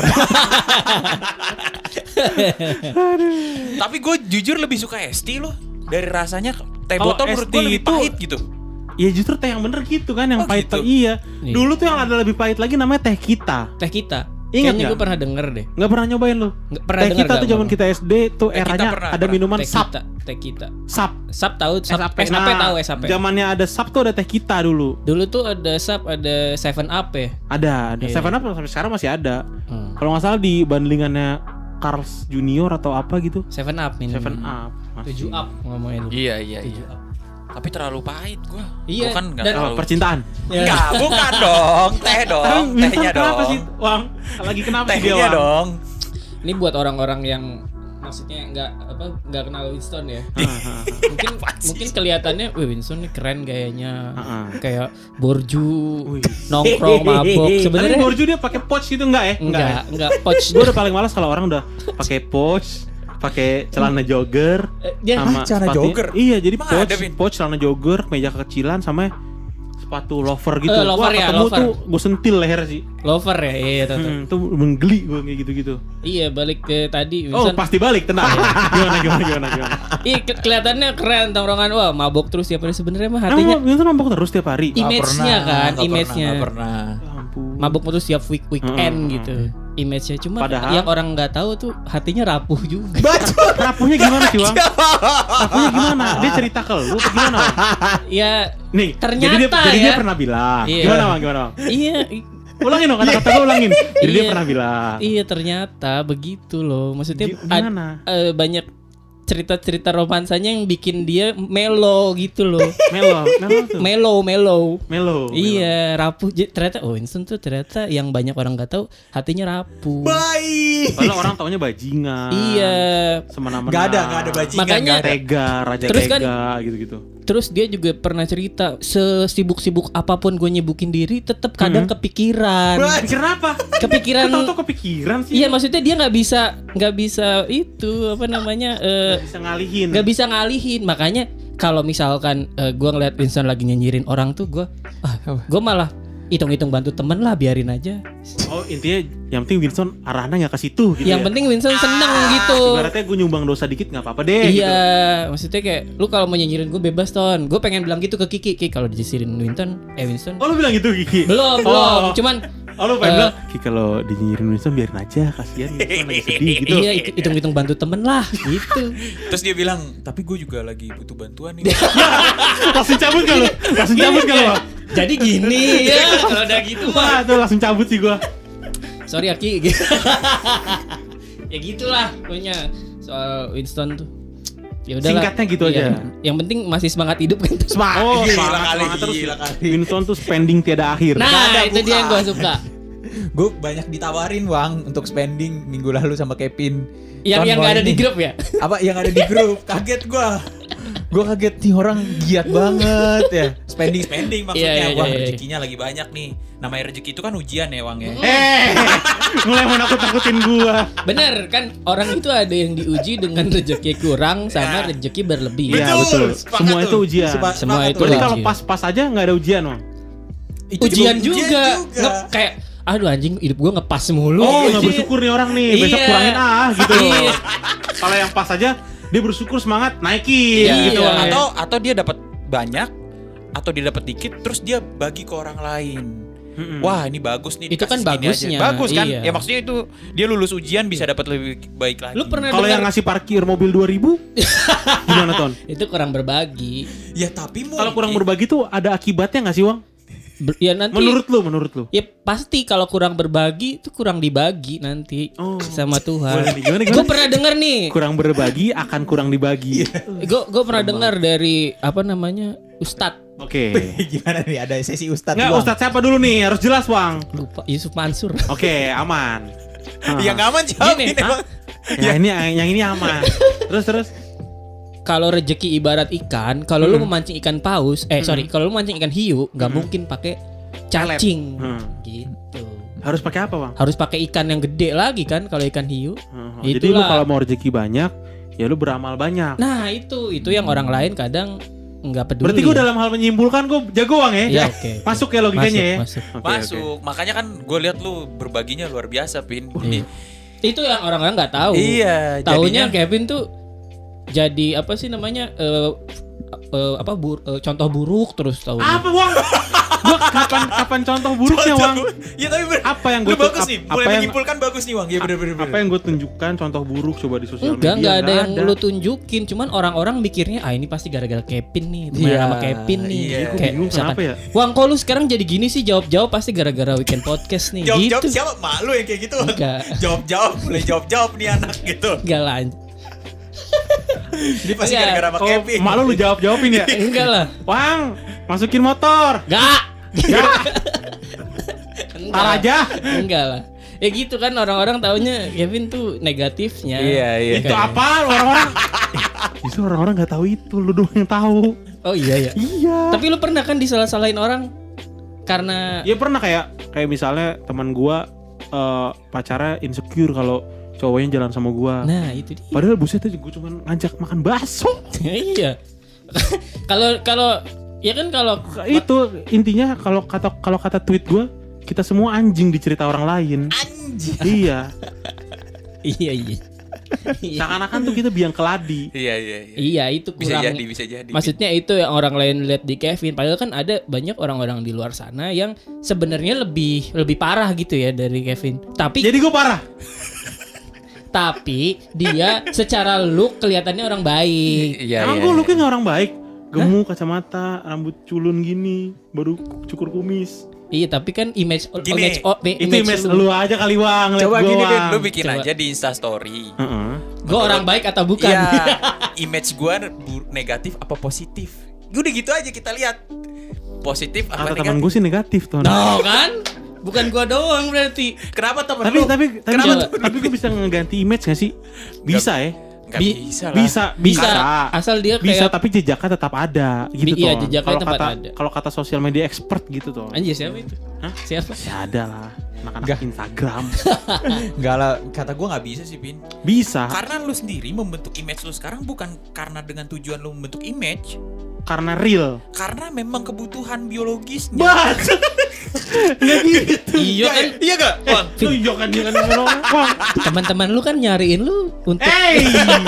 E: Tapi gue jujur lebih suka ST loh. Dari rasanya teh
A: Kalau
E: botol menurut
A: ST
E: gue lebih
A: itu-
E: pahit gitu.
A: Ya justru teh yang bener gitu kan, yang pahit
E: gitu?
A: iya.
B: Iya.
A: Dulu tuh yang ada lebih pahit lagi namanya teh kita.
B: Teh kita.
A: Ingat
B: Kayaknya
A: nggak?
B: gue pernah denger deh.
A: Nggak pernah nyobain lu?
B: Nggak pernah
A: Teh
B: denger
A: kita tuh
B: nggak,
A: zaman
B: Bang?
A: kita SD tuh
E: Teh kita
A: eranya
E: pernah,
A: ada
E: pernah.
A: minuman
B: Teh
A: sap.
B: kita. Teh kita.
A: Sap.
B: Sap tahu, SAP
A: Nah,
B: tahu SAP.
A: Zamannya ada sap tuh ada teh kita dulu.
B: Dulu tuh ada SAP, ada 7 Up ya.
A: Ada.
B: Iya.
A: Seven Up sampai sekarang masih ada. Kalau nggak salah di bandingannya Carl's Junior atau apa gitu.
B: 7 Up ini.
A: Seven Up.
B: 7 Up ngomongin lu.
E: Iya.
B: 7 Up.
E: Tapi terlalu pahit gue.
B: Iya,
E: Gue kan nggak
B: dan-
E: terlalu.
A: Percintaan.
B: Ya.
E: Enggak, bukan dong. Teh dong.
A: Tapi Winston
E: Tehnya
A: kenapa
E: dong.
A: sih, Wang? Lagi kenapa sih dia,
E: Tehnya
A: Wang?
E: dong.
B: Ini buat orang-orang yang maksudnya nggak kenal Winston ya. mungkin kelihatannya, wih Winston nih keren gayanya. Kayak borju,
A: Wih.
B: nongkrong, mabok.
A: Tapi
B: Sebenarnya
A: Borju dia pakai pouch gitu enggak ya?
B: enggak pouch.
A: Gue udah paling malas kalau orang udah pakai pouch, pakai celana jogger,
B: Ya,
A: sama
C: celana
A: sepatunya-
C: jogger?
A: Iya, jadi
E: Emang
A: pouch,
E: ada, Vin?
A: pouch, celana jogger, meja kekecilan sama sepatu loafer gitu.
B: Loafer
A: Wah,
B: ya,
A: ketemu
B: loafer.
A: tuh gue sentil leher sih.
B: lover ya, iya tahu.
A: Tuh menggeli gue kayak gitu-gitu.
B: Iya, balik ke tadi
A: Oh,
B: Winston.
A: pasti balik, tenang. Gimana?
B: Iya, kelihatannya keren tongkrongan. Wah, mabok terus tiap hari, sebenarnya mah
A: Emang
B: hatinya
A: Winston mabok terus tiap hari?
B: image-nya kan, image-nya.
C: Nggak pernah.
A: Ya ampun.
B: Mabok terus tiap weekend gitu. Image-nya cuma
A: Padahal-
B: yang orang nggak tahu tuh hatinya rapuh juga.
A: Rapuhnya gimana sih, Wang? Rapuhnya gimana? Dia cerita ke lu atau gimana, Wang?
B: Ya
A: Nih,
B: ternyata
A: jadi dia
B: ya.
A: pernah bilang.
B: Iya.
A: Gimana, Bang?
B: Iya,
A: Ulangin dong, kata-kata gue ulangin. Jadi dia
B: Iya.
A: pernah bilang.
B: iya ternyata begitu loh. Maksudnya
A: Gimana?
B: banyak cerita-cerita romansanya yang bikin dia melo gitu loh.
A: Melo tuh. Melo.
B: Iya, rapuh. Ternyata Winston tuh ternyata yang banyak orang nggak tahu hatinya rapuh.
C: Baik.
A: Padahal orang taunya bajingan.
B: Iya.
A: Semena-mena.
C: Gak ada bajingan.
B: Makanya-
C: nggak ada.
A: Tega, raja
B: Terus
A: tega
B: kan-
A: gitu-gitu.
B: Terus dia juga pernah cerita sesibuk-sibuk apapun gue nyebukin diri, tetap kadang kepikiran.
A: Kenapa?
B: Kepikiran.
A: Tahu-tahu kepikiran sih.
B: Iya, maksudnya dia nggak bisa itu apa namanya
A: Bisa ngalihin.
B: nggak bisa ngalihin. Makanya kalau misalkan gue ngeliat Winston lagi nyinyirin orang tuh gue malah hitung-hitung bantu temen lah, biarin aja.
A: Oh, intinya yang penting Winston arahnya nggak ke situ gitu.
B: Yang
A: ya?
B: penting Winston seneng gitu.
A: Ibaratnya gue nyumbang dosa dikit nggak apa-apa deh.
B: Iya,
A: Gitu.
B: maksudnya kayak lu kalau mau nyinyirin gue bebas Ton. Gue pengen bilang gitu ke Kiki kalau dijisirin Winston.
A: Oh, lu bilang gitu, Kiki?
B: Belum. Cuman
A: Oh, lu pengen bilang, Kiki kalau dinyinyirin Winston biarin aja, kasihan Winston lagi sedih gitu.
B: iya, hitung-hitung bantu temen lah gitu.
E: Terus dia bilang, tapi gue juga lagi butuh bantuan nih.
A: Langsung cabut gak lu? Langsung cabut gak lu?
B: Jadi gini ya, kalau udah gitu
A: Wah, tuh langsung cabut sih gua.
B: sorry Aki. Ya gitulah pokoknya soal Winston tuh. Ya udahlah.
A: Singkatnya gitu aja.
B: Yang penting masih semangat hidup kan.
A: Oh,
C: Gila
A: semangat terus.
C: gila kali.
A: Winston tuh spending tiada akhir.
B: Nah,
C: Nggak ada,
B: itu dia yang gue suka.
C: Gue banyak ditawarin Wang untuk spending minggu lalu sama Kevin.
B: Yang nggak ada di grup ya.
C: Apa yang ada di grup? Kaget gue. Gue kaget nih orang giat banget ya.
E: Spending maksudnya.
B: Iya,
E: Wah,
B: iya.
E: rezekinya lagi banyak nih. Namanya rezeki itu kan ujian ya, Wang ya.
A: Mulai mau nakut-nakutin gua.
B: Bener kan, orang itu ada yang diuji dengan rezeki kurang sama rezeki berlebih.
A: Iya,
C: Betul,
A: betul.
C: sepakat
A: Semua
C: tuh.
A: itu ujian.
B: Semua itu
A: Berarti
B: ujian.
A: kalau pas-pas aja nggak ada ujian, Bang.
C: Itu
B: Ujian
C: juga
B: juga. Kayak aduh anjing hidup gue ngepas mulu.
A: Oh, nggak
B: Ujian.
A: bersyukur nih orang nih. Besok
B: Iya.
A: kurangin gitu.
B: Iya.
A: Kalau yang pas aja dia bersyukur semangat naikin
B: Iya.
A: gitu. Bang, ya.
E: Atau dia dapat banyak atau dia dapat dikit terus dia bagi ke orang lain. Wah, ini bagus nih.
B: Itu kan
E: dikasih segini
B: bagusnya,
E: aja. Bagus kan?
B: iya.
E: Ya maksudnya itu dia lulus ujian bisa dapat lebih baik lagi.
B: Lu pernah
A: Kalau yang
B: dengar
A: ngasih parkir mobil 2000 gimana, Ton?
B: itu kurang berbagi.
C: Ya tapi
A: Kalau kurang berbagi tuh ada akibatnya nggak sih, Wang?
B: Ya nanti
A: Menurut lu?
B: ya pasti kalau kurang berbagi itu kurang dibagi nanti
A: Oh.
B: sama Tuhan.
A: Boleh nih, gimana?
B: Gue pernah dengar nih.
A: Kurang berbagi akan kurang dibagi.
B: Gue pernah dengar dari apa namanya Ustadz.
A: Oke.
C: gimana nih ada sesi Ustadz
A: Nggak,
C: Wang.
A: Ustadz siapa dulu nih? Harus jelas, Wang.
B: Lupa Yusuf Mansur.
A: Oke, aman.
E: yang aman jawab
B: Gini,
E: ini, Bang.
A: Ya ini yang ini aman. Terus.
B: Kalau rezeki ibarat ikan, kalau lu memancing ikan paus, sorry, kalau lu mancing ikan hiu, nggak mungkin pakai cacing. Gitu.
A: Harus pakai apa, Bang?
B: Harus pakai ikan yang gede lagi kan kalau ikan hiu.
A: Jadi lu kalau mau rezeki banyak, ya lu beramal banyak.
B: Nah, itu yang orang lain kadang nggak peduli.
A: Berarti gue dalam hal menyimpulkan gue jago, Bang ya?
B: Iya, oke.
A: Masuk ya logikanya
B: Masuk.
A: ya?
E: Masuk. Makanya kan gue lihat lu berbaginya luar biasa, Pin.
B: Iya. Itu yang orang-orang nggak tahu.
E: Iya,
B: Taunya
E: jadinya
B: Kevin tuh jadi apa sih namanya? Contoh buruk terus tahu.
A: Apa, Bang? Gua kapan contoh buruknya, Bang?
E: Ya tapi
A: Apa yang gue
E: bagus nih. Mulai menyimpulkan bagus nih, Bang. Ya bener.
A: Apa yang gue tunjukkan contoh buruk coba di sosial media?
B: Enggak ada yang lu tunjukin, cuman orang-orang mikirnya ini pasti gara-gara Kevin nih, teman sama Kevin nih.
E: Iya.
A: Gue bingung kenapa ya?
B: Wang, kok lu sekarang jadi gini sih, jawab pasti gara-gara Weekend Podcast nih.
E: Jawab
B: gitu.
E: siapa? Malu yang kayak gitu.
B: Enggak.
E: Jawab, mulai jawab nih anak gitu.
B: Enggak lanjut.
E: Ini pasti
B: Enggak.
E: gara-gara sama Kevin.
A: Malu lu jawabin ya?
B: Enggak lah.
A: Wang, masukin motor.
B: Enggak.
A: Tar aja.
B: Enggak lah. Ya gitu kan orang-orang taunya Kevin tuh negatifnya.
E: Iya.
A: Itu apa orang-orang? Itu orang-orang nggak tahu itu, lu doang yang tahu.
B: Oh iya ya.
A: Iya.
B: Tapi lu pernah kan disalah-salahin orang karena
A: Ya pernah kayak misalnya teman gua pacarnya insecure kalau cowoknya jalan sama gua.
B: Nah, itu dia.
A: Padahal buset aja gua cuma ngajak makan bakso.
B: Iya. Kalau ya kan kalau
A: Itu intinya kalau kata tweet gua, kita semua anjing di cerita orang lain.
E: Anjing.
A: Iya.
B: iya.
A: Seakan-akan tuh kita biang keladi.
E: Iya.
B: Iya, itu kurang.
E: Bisa jadi.
B: Maksudnya itu yang orang lain lihat di Kevin. Padahal kan ada banyak orang-orang di luar sana yang sebenarnya lebih parah gitu ya dari Kevin. Tapi
A: Jadi gua parah.
B: tapi dia secara look kelihatannya orang baik.
E: Iya.
A: Emang gua looknya nggak orang baik. Gemuk, kacamata, rambut culun gini, baru cukur kumis.
B: Iya, tapi kan image
A: Itu image
B: lu.
A: lu aja kali, Bang.
E: Coba
A: Liat
E: gini,
A: gua,
E: Bin,
A: Bang.
E: lu bikin
B: Coba.
E: aja di Insta Story.
B: Gue orang baik atau bukan?
E: Iya. Image gua negatif apa positif? Udah gitu aja kita lihat. Positif apa
A: Kata teman
E: negatif?
A: gue sih negatif tuh.
B: No kan? Bukan gua doang berarti.
E: Kenapa temen
A: Tapi
E: lu?
A: tapi gue bisa ngeganti image gak sih? Bisa ya?
E: Nggak bisa lah.
B: Bisa. Asal dia
A: Bisa,
B: kayak
A: tapi jejaknya tetap ada gitu
B: Iya,
A: toh.
B: jejaknya tetap ada.
A: Kalau kata sosial media expert gitu tuh.
B: anjir siapa itu?
A: Hah?
B: Siapa?
A: Ya ada lah, anak-anak
E: Nggak.
A: Instagram.
E: Enggak lah, kata gua nggak bisa sih, Pin.
A: Bisa,
E: Karena lu sendiri membentuk image lu sekarang bukan karena dengan tujuan lu membentuk image,
A: karena real.
E: karena memang kebutuhan biologisnya.
A: Bat! Nggak gitu.
B: Iya kan?
E: Iya gak? Bang?
A: Lu kan Bang.
B: Teman-teman lu kan nyariin lu untuk
A: Hey,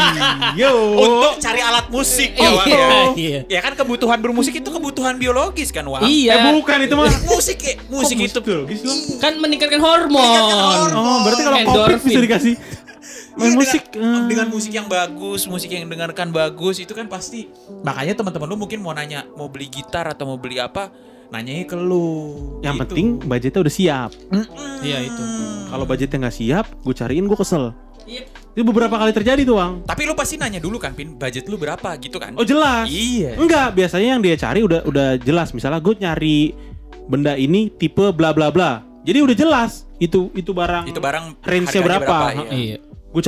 A: yo.
E: Untuk cari alat musik ya, Bang, ya.
B: Iya.
E: Ya kan kebutuhan bermusik itu kebutuhan biologis kan, Wang?
B: Iya.
A: Bukan itu mah.
E: Musik ya, musik itu
A: biologis loh.
B: Kan meningkatkan hormon.
A: Oh, berarti kalau COVID
B: Endorfin.
A: bisa dikasih main
E: Iya,
A: musik.
E: dengan musik yang bagus, musik yang dengarkan bagus itu kan pasti. Makanya teman-teman lu mungkin mau nanya mau beli gitar atau mau beli apa, nanyanya ke lu.
A: Yang
E: Gitu.
A: penting budgetnya udah siap.
B: Iya itu.
A: Kalau budgetnya nggak siap, gue cariin gue kesel.
B: Iya.
A: Itu beberapa kali terjadi tuh, Bang.
E: Tapi lu pasti nanya dulu kan, Pin, budget lu berapa gitu kan?
A: Oh jelas.
E: Iya.
A: Enggak, biasanya yang dia cari udah jelas. Misalnya gue nyari benda ini tipe bla bla bla. Jadi udah jelas itu barang.
E: Itu barang
A: range-nya
E: harganya
A: berapa?
B: Iya.
E: Iya.
A: Gue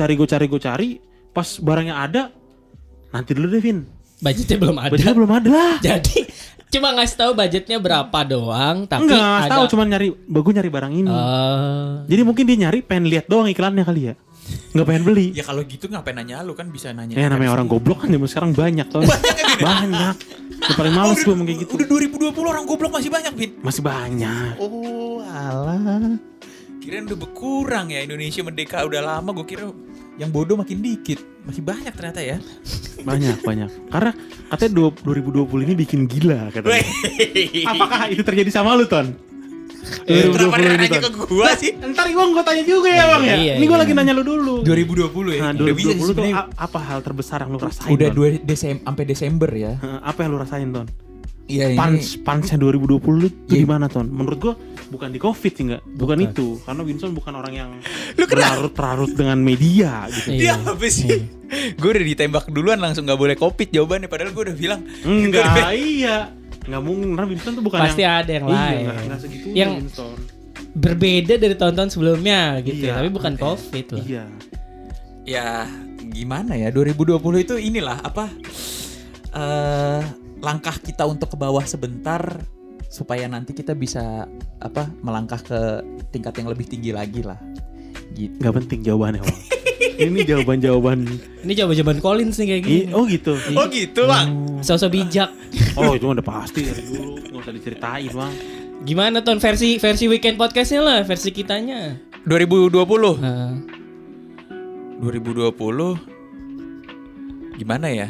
A: cari. Pas barangnya ada, nanti dulu deh, Vin.
B: Budgetnya belum ada.
A: Budgetnya belum ada lah.
B: Jadi cuma ngasih tahu budgetnya berapa doang, tapi
A: Enggak,
B: ada.
A: tahu cuman gue nyari barang ini. Jadi mungkin dia nyari pengen lihat doang iklannya kali ya. Nggak pengen beli.
E: Ya kalau gitu ngapain nanya lu kan bisa nanya.
A: Ya namanya orang goblok kan zaman sekarang banyak tuh. Banyak. Yang paling males gue ngomong kayak gitu.
E: Udah 2020 orang goblok masih banyak, Pin.
A: Masih banyak.
E: Oh, alah. Kirain udah berkurang ya, Indonesia merdeka udah lama, gue kira yang bodoh makin dikit. Masih banyak ternyata ya.
A: Banyak. Karena katanya 2020 ini bikin gila katanya. Apakah itu terjadi sama lu, Ton?
E: Kenapa dia nanya ke gua sih?
A: Ntar gue tanya juga ya, Bang ya.
B: Iya,
A: Ini gue
B: iya.
A: lagi nanya lu dulu.
E: 2020 ya.
A: Nah,
E: Udah bisa
A: 2020 tuh
E: sebenarnya.
A: apa hal terbesar yang lu rasain?
E: Udah
A: Ton?
E: 2 sampai Desember ya.
A: Apa yang lu rasain, Ton?
E: Iya
A: Punch-nya 2020 itu
E: Iya.
A: di mana, Ton? Menurut gua bukan di Covid sih enggak. Bukan itu. Karena Winston bukan orang yang berlarut-larut dengan media gitu.
B: Iya.
E: Dia apa sih? Gue udah ditembak duluan langsung gak boleh Covid jawabannya. Padahal gue udah bilang
A: Enggak, iya. Enggak mungkin karena Winston tuh bukan
B: Pasti ada yang lain.
A: Iya, enggak segitu
B: Yang-
A: Winston.
B: Berbeda dari tahun-tahun sebelumnya gitu,
A: Iya.
B: tapi bukan Covid loh.
A: Iya.
E: ya gimana ya, 2020 itu inilah apa langkah kita untuk ke bawah sebentar
C: supaya nanti kita bisa melangkah ke tingkat yang lebih tinggi lagi lah. Gitu.
A: Gak penting jawabannya, Bang. Ini jawaban-jawaban.
B: Ini jawaban Collins nih kayak gini.
A: Oh gitu.
E: Oh gitu Bang.
B: Sosok bijak.
A: Oh itu udah pasti dari dulu, nggak usah diceritain Bang.
B: Gimana Ton versi weekend podcastnya lah, versi kitanya.
E: 2020. 2020 gimana ya?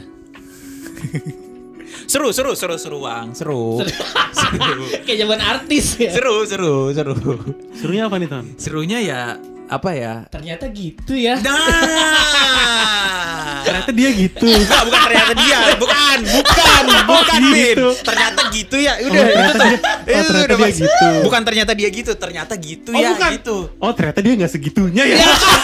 E: Seru Bang, seru.
B: Kayak zaman artis ya.
E: Seru.
A: Serunya apa nih Ton?
E: Serunya ya apa ya?
B: Ternyata gitu ya.
E: Nah.
A: Ternyata dia gitu.
E: Bukan ternyata dia, bukan Bin.
A: Gitu.
E: Ternyata gitu ya. Udah itu tuh.
A: ternyata
E: Udah
A: dia
E: pas.
A: gitu.
E: Bukan ternyata dia gitu, ternyata gitu
A: Oh,
E: ya
A: bukan.
E: gitu.
A: Oh ternyata dia nggak segitunya ya.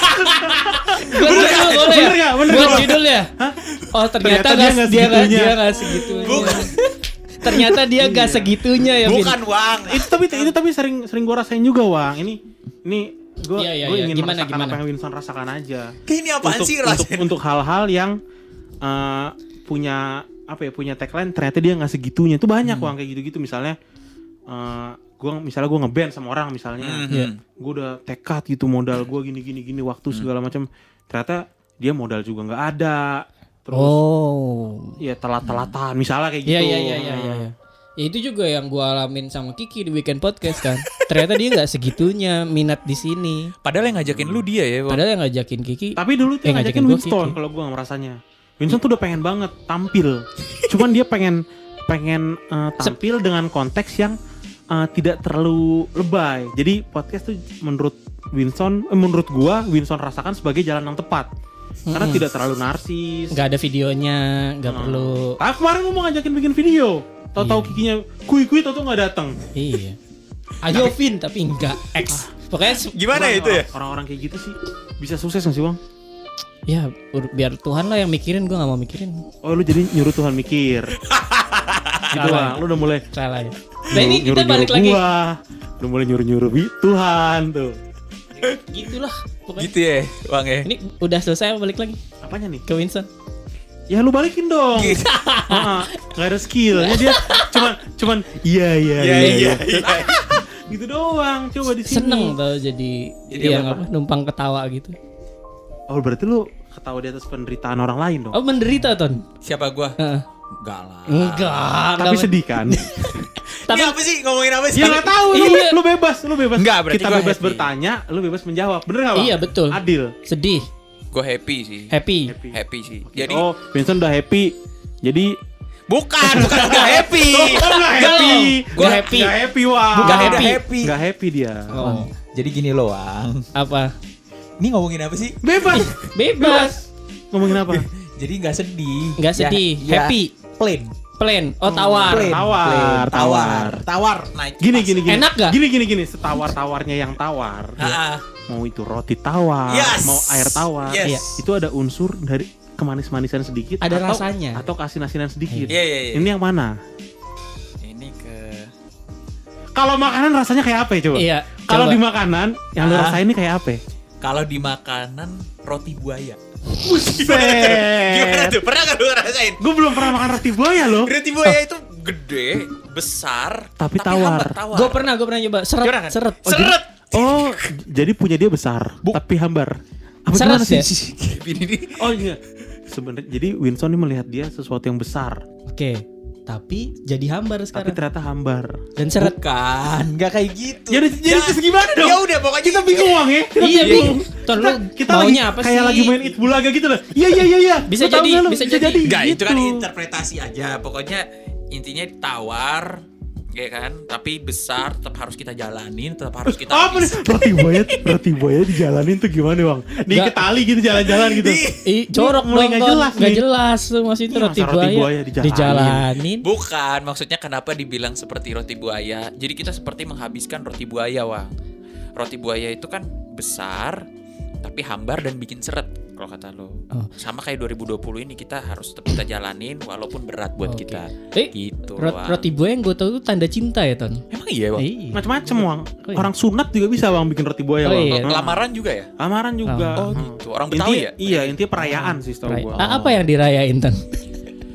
B: Bener ya? Buat judul ya? Oh ternyata dia nggak segitunya.
E: Bukan.
B: Ternyata dia nggak segitunya ya.
E: Bukan Wang.
A: itu tapi sering gue rasain juga Wang. Ini gue ingin
B: Gimana?
A: apa yang Winson rasakan aja.
E: Kayak ini apaan sih rasanya?
A: Untuk hal-hal yang punya tagline ternyata dia nggak segitunya. Itu banyak Wang kayak gitu-gitu. Misalnya gue ngeband sama orang misalnya. Gue udah tekad gitu, modal gue gini waktu segala macam. Ternyata dia modal juga nggak ada. Terus ya telat-telatan misalnya kayak gitu.
B: Iya. Ya itu juga yang gue alamin sama Kiki di Weekend Podcast kan. Ternyata dia nggak segitunya minat di sini.
E: Padahal yang ngajakin lu dia ya. Bang.
B: Padahal yang ngajakin Kiki.
A: Tapi dulu tuh ngajakin
B: gua
A: Winston
B: Kiki.
A: kalau gue merasanya. Winston tuh udah pengen banget tampil. Cuman dia pengen tampil dengan konteks yang tidak terlalu lebay. Jadi podcast tuh menurut gua Winston rasakan sebagai jalan yang tepat. Karena tidak terlalu narsis.
B: Nggak ada videonya, nggak perlu.
A: Tapi kemarin lu mau ngajakin bikin video. Tahu-tahu Kikinya kui tahu-tahu nggak datang.
B: Iya. Ayo Vin tapi enggak X. Pokoknya
E: Gimana itu ya?
A: Orang-orang kayak gitu sih bisa sukses nggak sih Bang?
B: ya biar Tuhan lah yang mikirin, gue nggak mau mikirin.
A: Oh lu jadi nyuruh Tuhan mikir. Gitu Bang, lu udah mulai
B: salah ya. Nah ini kita balik lagi.
A: Udah mulai nyuruh Tuhan tuh.
B: Gitulah pokoknya.
E: Gitu ya Bang ya.
B: Ini udah selesai balik lagi
A: Apanya nih?
B: ke Winston.
A: Ya lu balikin dong.
E: Gitu.
A: Gak ada skillnya dia cuman iya. Gitu doang. Coba di sini.
B: Seneng tau jadi yang apa numpang ketawa gitu.
A: Oh berarti lu ketawa di atas penderitaan orang lain dong.
B: Oh menderita Ton.
E: Siapa gua?
C: Enggak lah.
B: Enggak.
A: Tapi sedih kan?
E: Tapi apa sih ngomongin apa sih?
A: Ya nggak tahu. Lu bebas.
E: Enggak, berarti
A: kita
E: gua
A: bebas
E: happy.
A: bertanya, lu bebas menjawab. Bener nggak Bang?
B: Iya betul.
A: Adil.
B: Sedih.
E: Gue happy sih.
B: Happy.
E: Happy sih. Jadi
A: Oh, Vincent udah happy. Jadi
E: bukan udah happy.
A: Nggak happy.
B: Nggak happy.
A: Nggak happy Wang.
B: Nggak
C: Udah
B: happy.
C: happy.
A: Nggak happy dia.
B: Oh.
C: Jadi gini loh, Wang.
B: Apa?
C: Ini ngomongin apa sih?
A: Bebas.
B: Bebas.
A: Ngomongin apa?
C: Jadi nggak sedih.
B: Nggak sedih.
C: Ya,
B: Happy.
C: Plain.
B: Oh tawar.
C: Plain. Tawar. Naik.
A: Gini.
B: Enak nggak?
A: Gini. Setawar-tawarnya yang tawar. Mau itu roti tawar,
E: Yes.
A: mau air tawar.
E: Yes.
A: Itu ada unsur dari kemanis-manisan sedikit.
B: Ada
A: atau,
B: rasanya.
A: Atau keasinan sedikit.
E: Iya.
A: Ini yang mana?
E: Ini ke
A: Kalau makanan rasanya kayak apa ya coba?
B: Iya.
A: Kalau
B: coba.
A: di makanan yang lu rasain ini kayak apa?
E: kalau di makanan roti buaya.
A: Buset.
E: Gimana tuh? Pernah gak lu ngerasain?
A: Gue belum pernah makan roti buaya loh.
E: Roti buaya itu gede, besar,
A: Tapi tawar.
E: hambar,
B: Gue pernah nyoba seret.
E: Gimana kan?
B: Seret.
E: Seret.
A: Oh, jadi punya dia besar, tapi hambar. Apa
B: Seret
A: gimana
B: ya?
A: sih?
E: Ini nih.
A: Oh iya. Sebenarnya jadi Winston ini melihat dia sesuatu yang besar,
B: Oke. Tapi jadi hambar
A: tapi
B: sekarang.
A: ternyata hambar.
B: Dan seret.
C: Bukan, nggak kayak gitu.
A: Jadi terus gimana dong?
E: Ya udah pokoknya
A: Kita bingung Wang ya. Kita
B: Iya
A: bingung.
B: bingung. Ton lu
A: Kita
B: maunya
A: lagi
B: apa
A: kayak
B: sih?
A: lagi main It Bulaga gitu loh. Iya.
B: Bisa
A: Lu tahu
B: jadi,
A: nggak lu?
B: bisa jadi.
E: enggak, itu kan
A: Gitu.
E: interpretasi aja. Pokoknya intinya tawar, ya kan? Tapi besar, tetap harus kita jalanin, tetap harus kita
A: Apa nih? Roti buaya dijalanin tuh gimana Bang? Diikat tali gitu jalan-jalan gitu.
B: Jorok
A: Mulai
B: dong,
A: nggak
B: Ton.
A: jelas
B: Nggak
A: nih.
B: jelas tuh maksudnya
A: Iya,
B: roti
A: masa roti
B: buaya
A: buaya
B: dijalanin.
E: Bukan, maksudnya kenapa dibilang seperti roti buaya? Jadi kita seperti menghabiskan roti buaya, Wang. Roti buaya itu kan besar, tapi hambar dan bikin seret kalau kata lo.
B: Oh.
E: Sama kayak 2020 ini kita harus tetap kita jalanin walaupun berat buat
B: Oke.
E: kita.
B: Gitu.
E: Gitu, Wang.
B: Roti buaya yang gue tahu itu tanda cinta ya Ton.
E: Emang iya, Bang?
B: Iya.
A: Macam-macam Wang.
B: Oh, iya.
A: Orang sunat juga bisa Bang bikin roti buaya
B: Oh,
A: Bang.
B: iya.
E: Lamaran juga ya?
A: Lamaran juga.
E: Oh, gitu. Orang Betawi ya?
A: Iya, intinya perayaan sih setahu gua.
B: Apa yang dirayain Ton?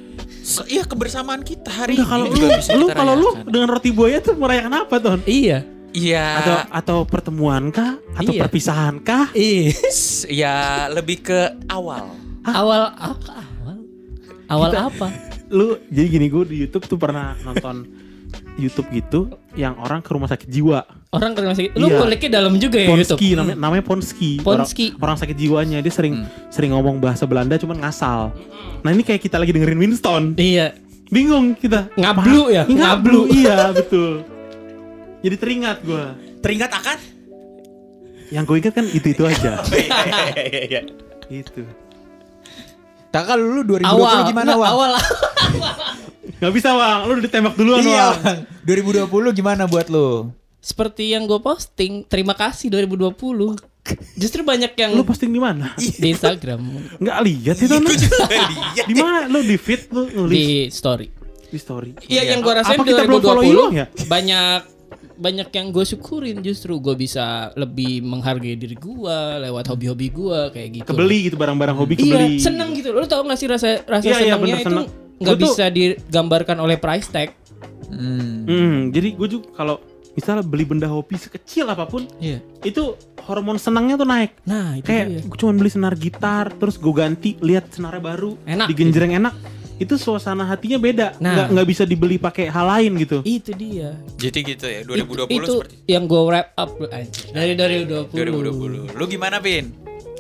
E: Iya, kebersamaan kita hari
A: Udah, kalau
E: ini juga bisa kita
A: lu
E: rayakan.
A: dengan roti buaya tuh merayakan apa, Ton?
B: Iya.
E: Iya.
A: Atau pertemuan kah? Atau
B: Iya.
A: perpisahan kah?
B: Iya.
E: Ya lebih ke awal.
B: Awal apa? Awal apa?
A: Lu jadi gini, gue di YouTube tuh pernah nonton YouTube gitu yang orang ke rumah sakit jiwa.
B: Orang ke rumah sakit. Lu
A: Iya.
B: kuliknya dalam juga ya YouTube.
A: Ponski namanya Ponski.
B: Ponski.
A: Orang sakit jiwanya, dia sering ngomong bahasa Belanda cuman ngasal. Nah, ini kayak kita lagi dengerin Winston.
B: Iya.
A: Bingung kita.
B: Ngablu ya?
A: Ngablu. Iya, betul. Jadi teringat gue.
C: Teringat akan?
A: Yang gue ingat kan itu aja.
C: Iya.
A: Itu.
C: Tak kalau lu 2020
B: Awal.
C: gimana,
B: Nggak,
C: Wang?
B: awal.
A: Gak bisa, Bang. Lu udah ditembak duluan,
C: Iya,
A: Bang.
C: Wang. 2020 gimana buat lu?
B: Seperti yang gue posting, terima kasih 2020. Justru banyak yang
A: Lu posting di mana?
B: di Instagram,
A: Enggak lihat itu. Di mana? Lu di feed lu nulis
B: di story.
A: di story.
B: Iya, yang gue rasain
A: Apa kita belum follow you
B: 2020
A: ya?
B: banyak yang gue syukurin, justru gue bisa lebih menghargai diri gue lewat hobi-hobi gue kayak gitu.
A: Kebeli gitu barang-barang hobi
B: Iya,
A: kebeli.
B: seneng gitu. Lu tau gak sih rasa
A: Iya,
B: senengnya
A: bener,
B: itu
A: seneng.
B: nggak
A: Gua tuh-
B: bisa digambarkan oleh price tag.
A: Jadi gue juga kalau misalnya beli benda hobi sekecil apapun,
B: Iya.
A: itu hormon senangnya tuh naik.
B: Nah, itu
A: Kayak
B: dia.
A: gue cuma beli senar gitar, terus gue ganti lihat senarnya baru,
B: Enak,
A: digenjreng enak. Itu suasana hatinya beda.
B: Nah.
A: Nggak bisa dibeli pakai hal lain gitu.
B: Itu dia.
E: Jadi gitu ya, 2020
B: itu
E: seperti
B: yang gue wrap up anjir. Dari 2020.
E: 2020. Lu gimana, Bin?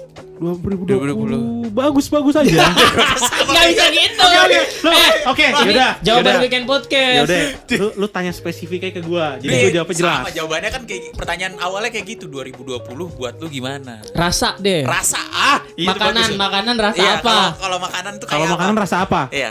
A: 2020 bagus-bagus aja.
B: Gak bisa gitu.
A: Oke, yaudah.
B: Jawaban
A: yaudah.
B: Weekend Podcast.
A: Yaudah, lu tanya spesifiknya ke gua. Jadi gua jawabnya jelas.
E: Sama jawabannya kan kayak pertanyaan awalnya kayak gitu, 2020 buat lu gimana?
B: Rasa deh.
E: Rasa itu
B: Makanan,
E: bagus.
B: makanan rasa
E: Iya,
B: apa?
E: Kalau makanan tuh kayak
A: Kalau makanan
E: apa?
A: rasa apa?
E: Iya.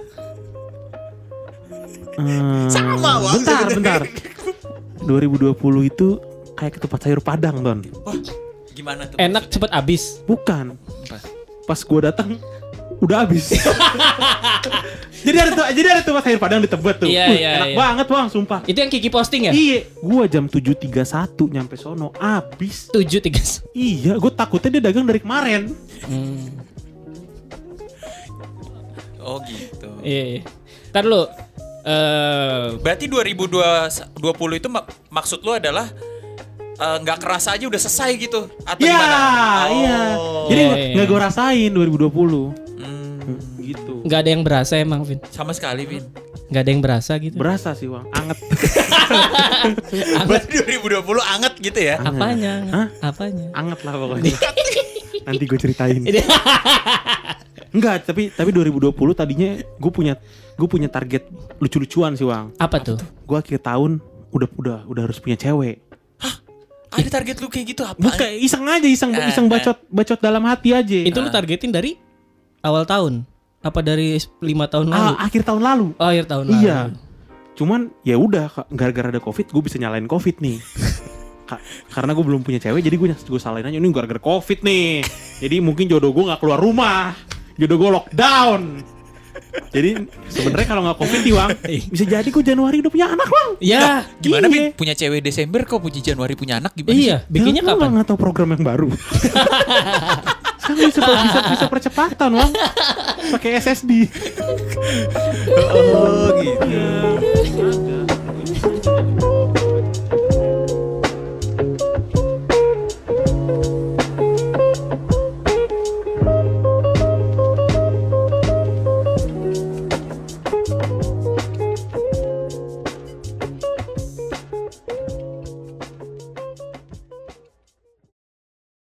C: Sama, Wang.
A: Bentar. 2020 itu kayak ketupat sayur Padang, Don.
E: Wah, gimana tuh?
B: Enak cepet habis.
A: Bukan.
E: Apa?
A: Pas gua datang udah habis. jadi ada tuh sayur Padang di Tebet tuh.
B: Iya, iya,
A: enak
B: iya.
A: banget, Bang, sumpah.
B: Itu yang Kiki posting ya?
A: Iya, gua jam 7.31 nyampe sono habis.
B: 7.3.
A: Iya, gua takutnya dia dagang dari kemarin.
E: Oh gitu.
B: Iya. Ntar lu
E: Berarti 2020 itu maksud lu adalah nggak kerasa aja udah selesai gitu atau
A: Iya,
E: gimana?
A: iya. Jadi
B: Iya, iya.
A: nggak gue rasain 2020. Gitu.
B: nggak ada yang berasa emang, Vin.
E: Sama sekali, Bin.
B: Nggak ada yang berasa gitu.
A: Berasa sih, Bang. Anget.
E: Berarti 2020 anget gitu ya?
B: Apanya?
A: Hah?
B: Apanya?
A: Anget lah pokoknya. Nanti gue ceritain. Enggak, tapi 2020 tadinya gue punya target lucu-lucuan sih, Bang.
B: Apa tuh?
A: Gue akhir tahun udah harus punya cewek.
E: Ada target lu kayak gitu apa?
A: Bukan iseng aja, iseng bacot dalam hati aja.
B: Itu lu targetin dari awal tahun? Apa dari 5 tahun lalu?
A: Akhir tahun lalu.
B: Oh, akhir tahun lalu.
A: Iya. Cuman ya udah gara-gara ada Covid gue bisa nyalain Covid nih. Karena gue belum punya cewek jadi gue salahin aja ini gara-gara Covid nih. Jadi mungkin jodoh gue gak keluar rumah. Jodoh gue lockdown. Jadi sebenarnya kalau nggak Covid nih, Bang, bisa jadi gue Januari udah punya anak, Bang.
B: Ya,
E: Gimana,
A: Iya.
E: Bin? Punya cewek Desember kok puji Januari punya anak gimana?
B: iya. Bikinnya
A: Jangan
B: kapan?
A: nggak tahu program yang baru. Sekarang bisa percepatan, Bang. Pakai SSD.
C: Oh gitu.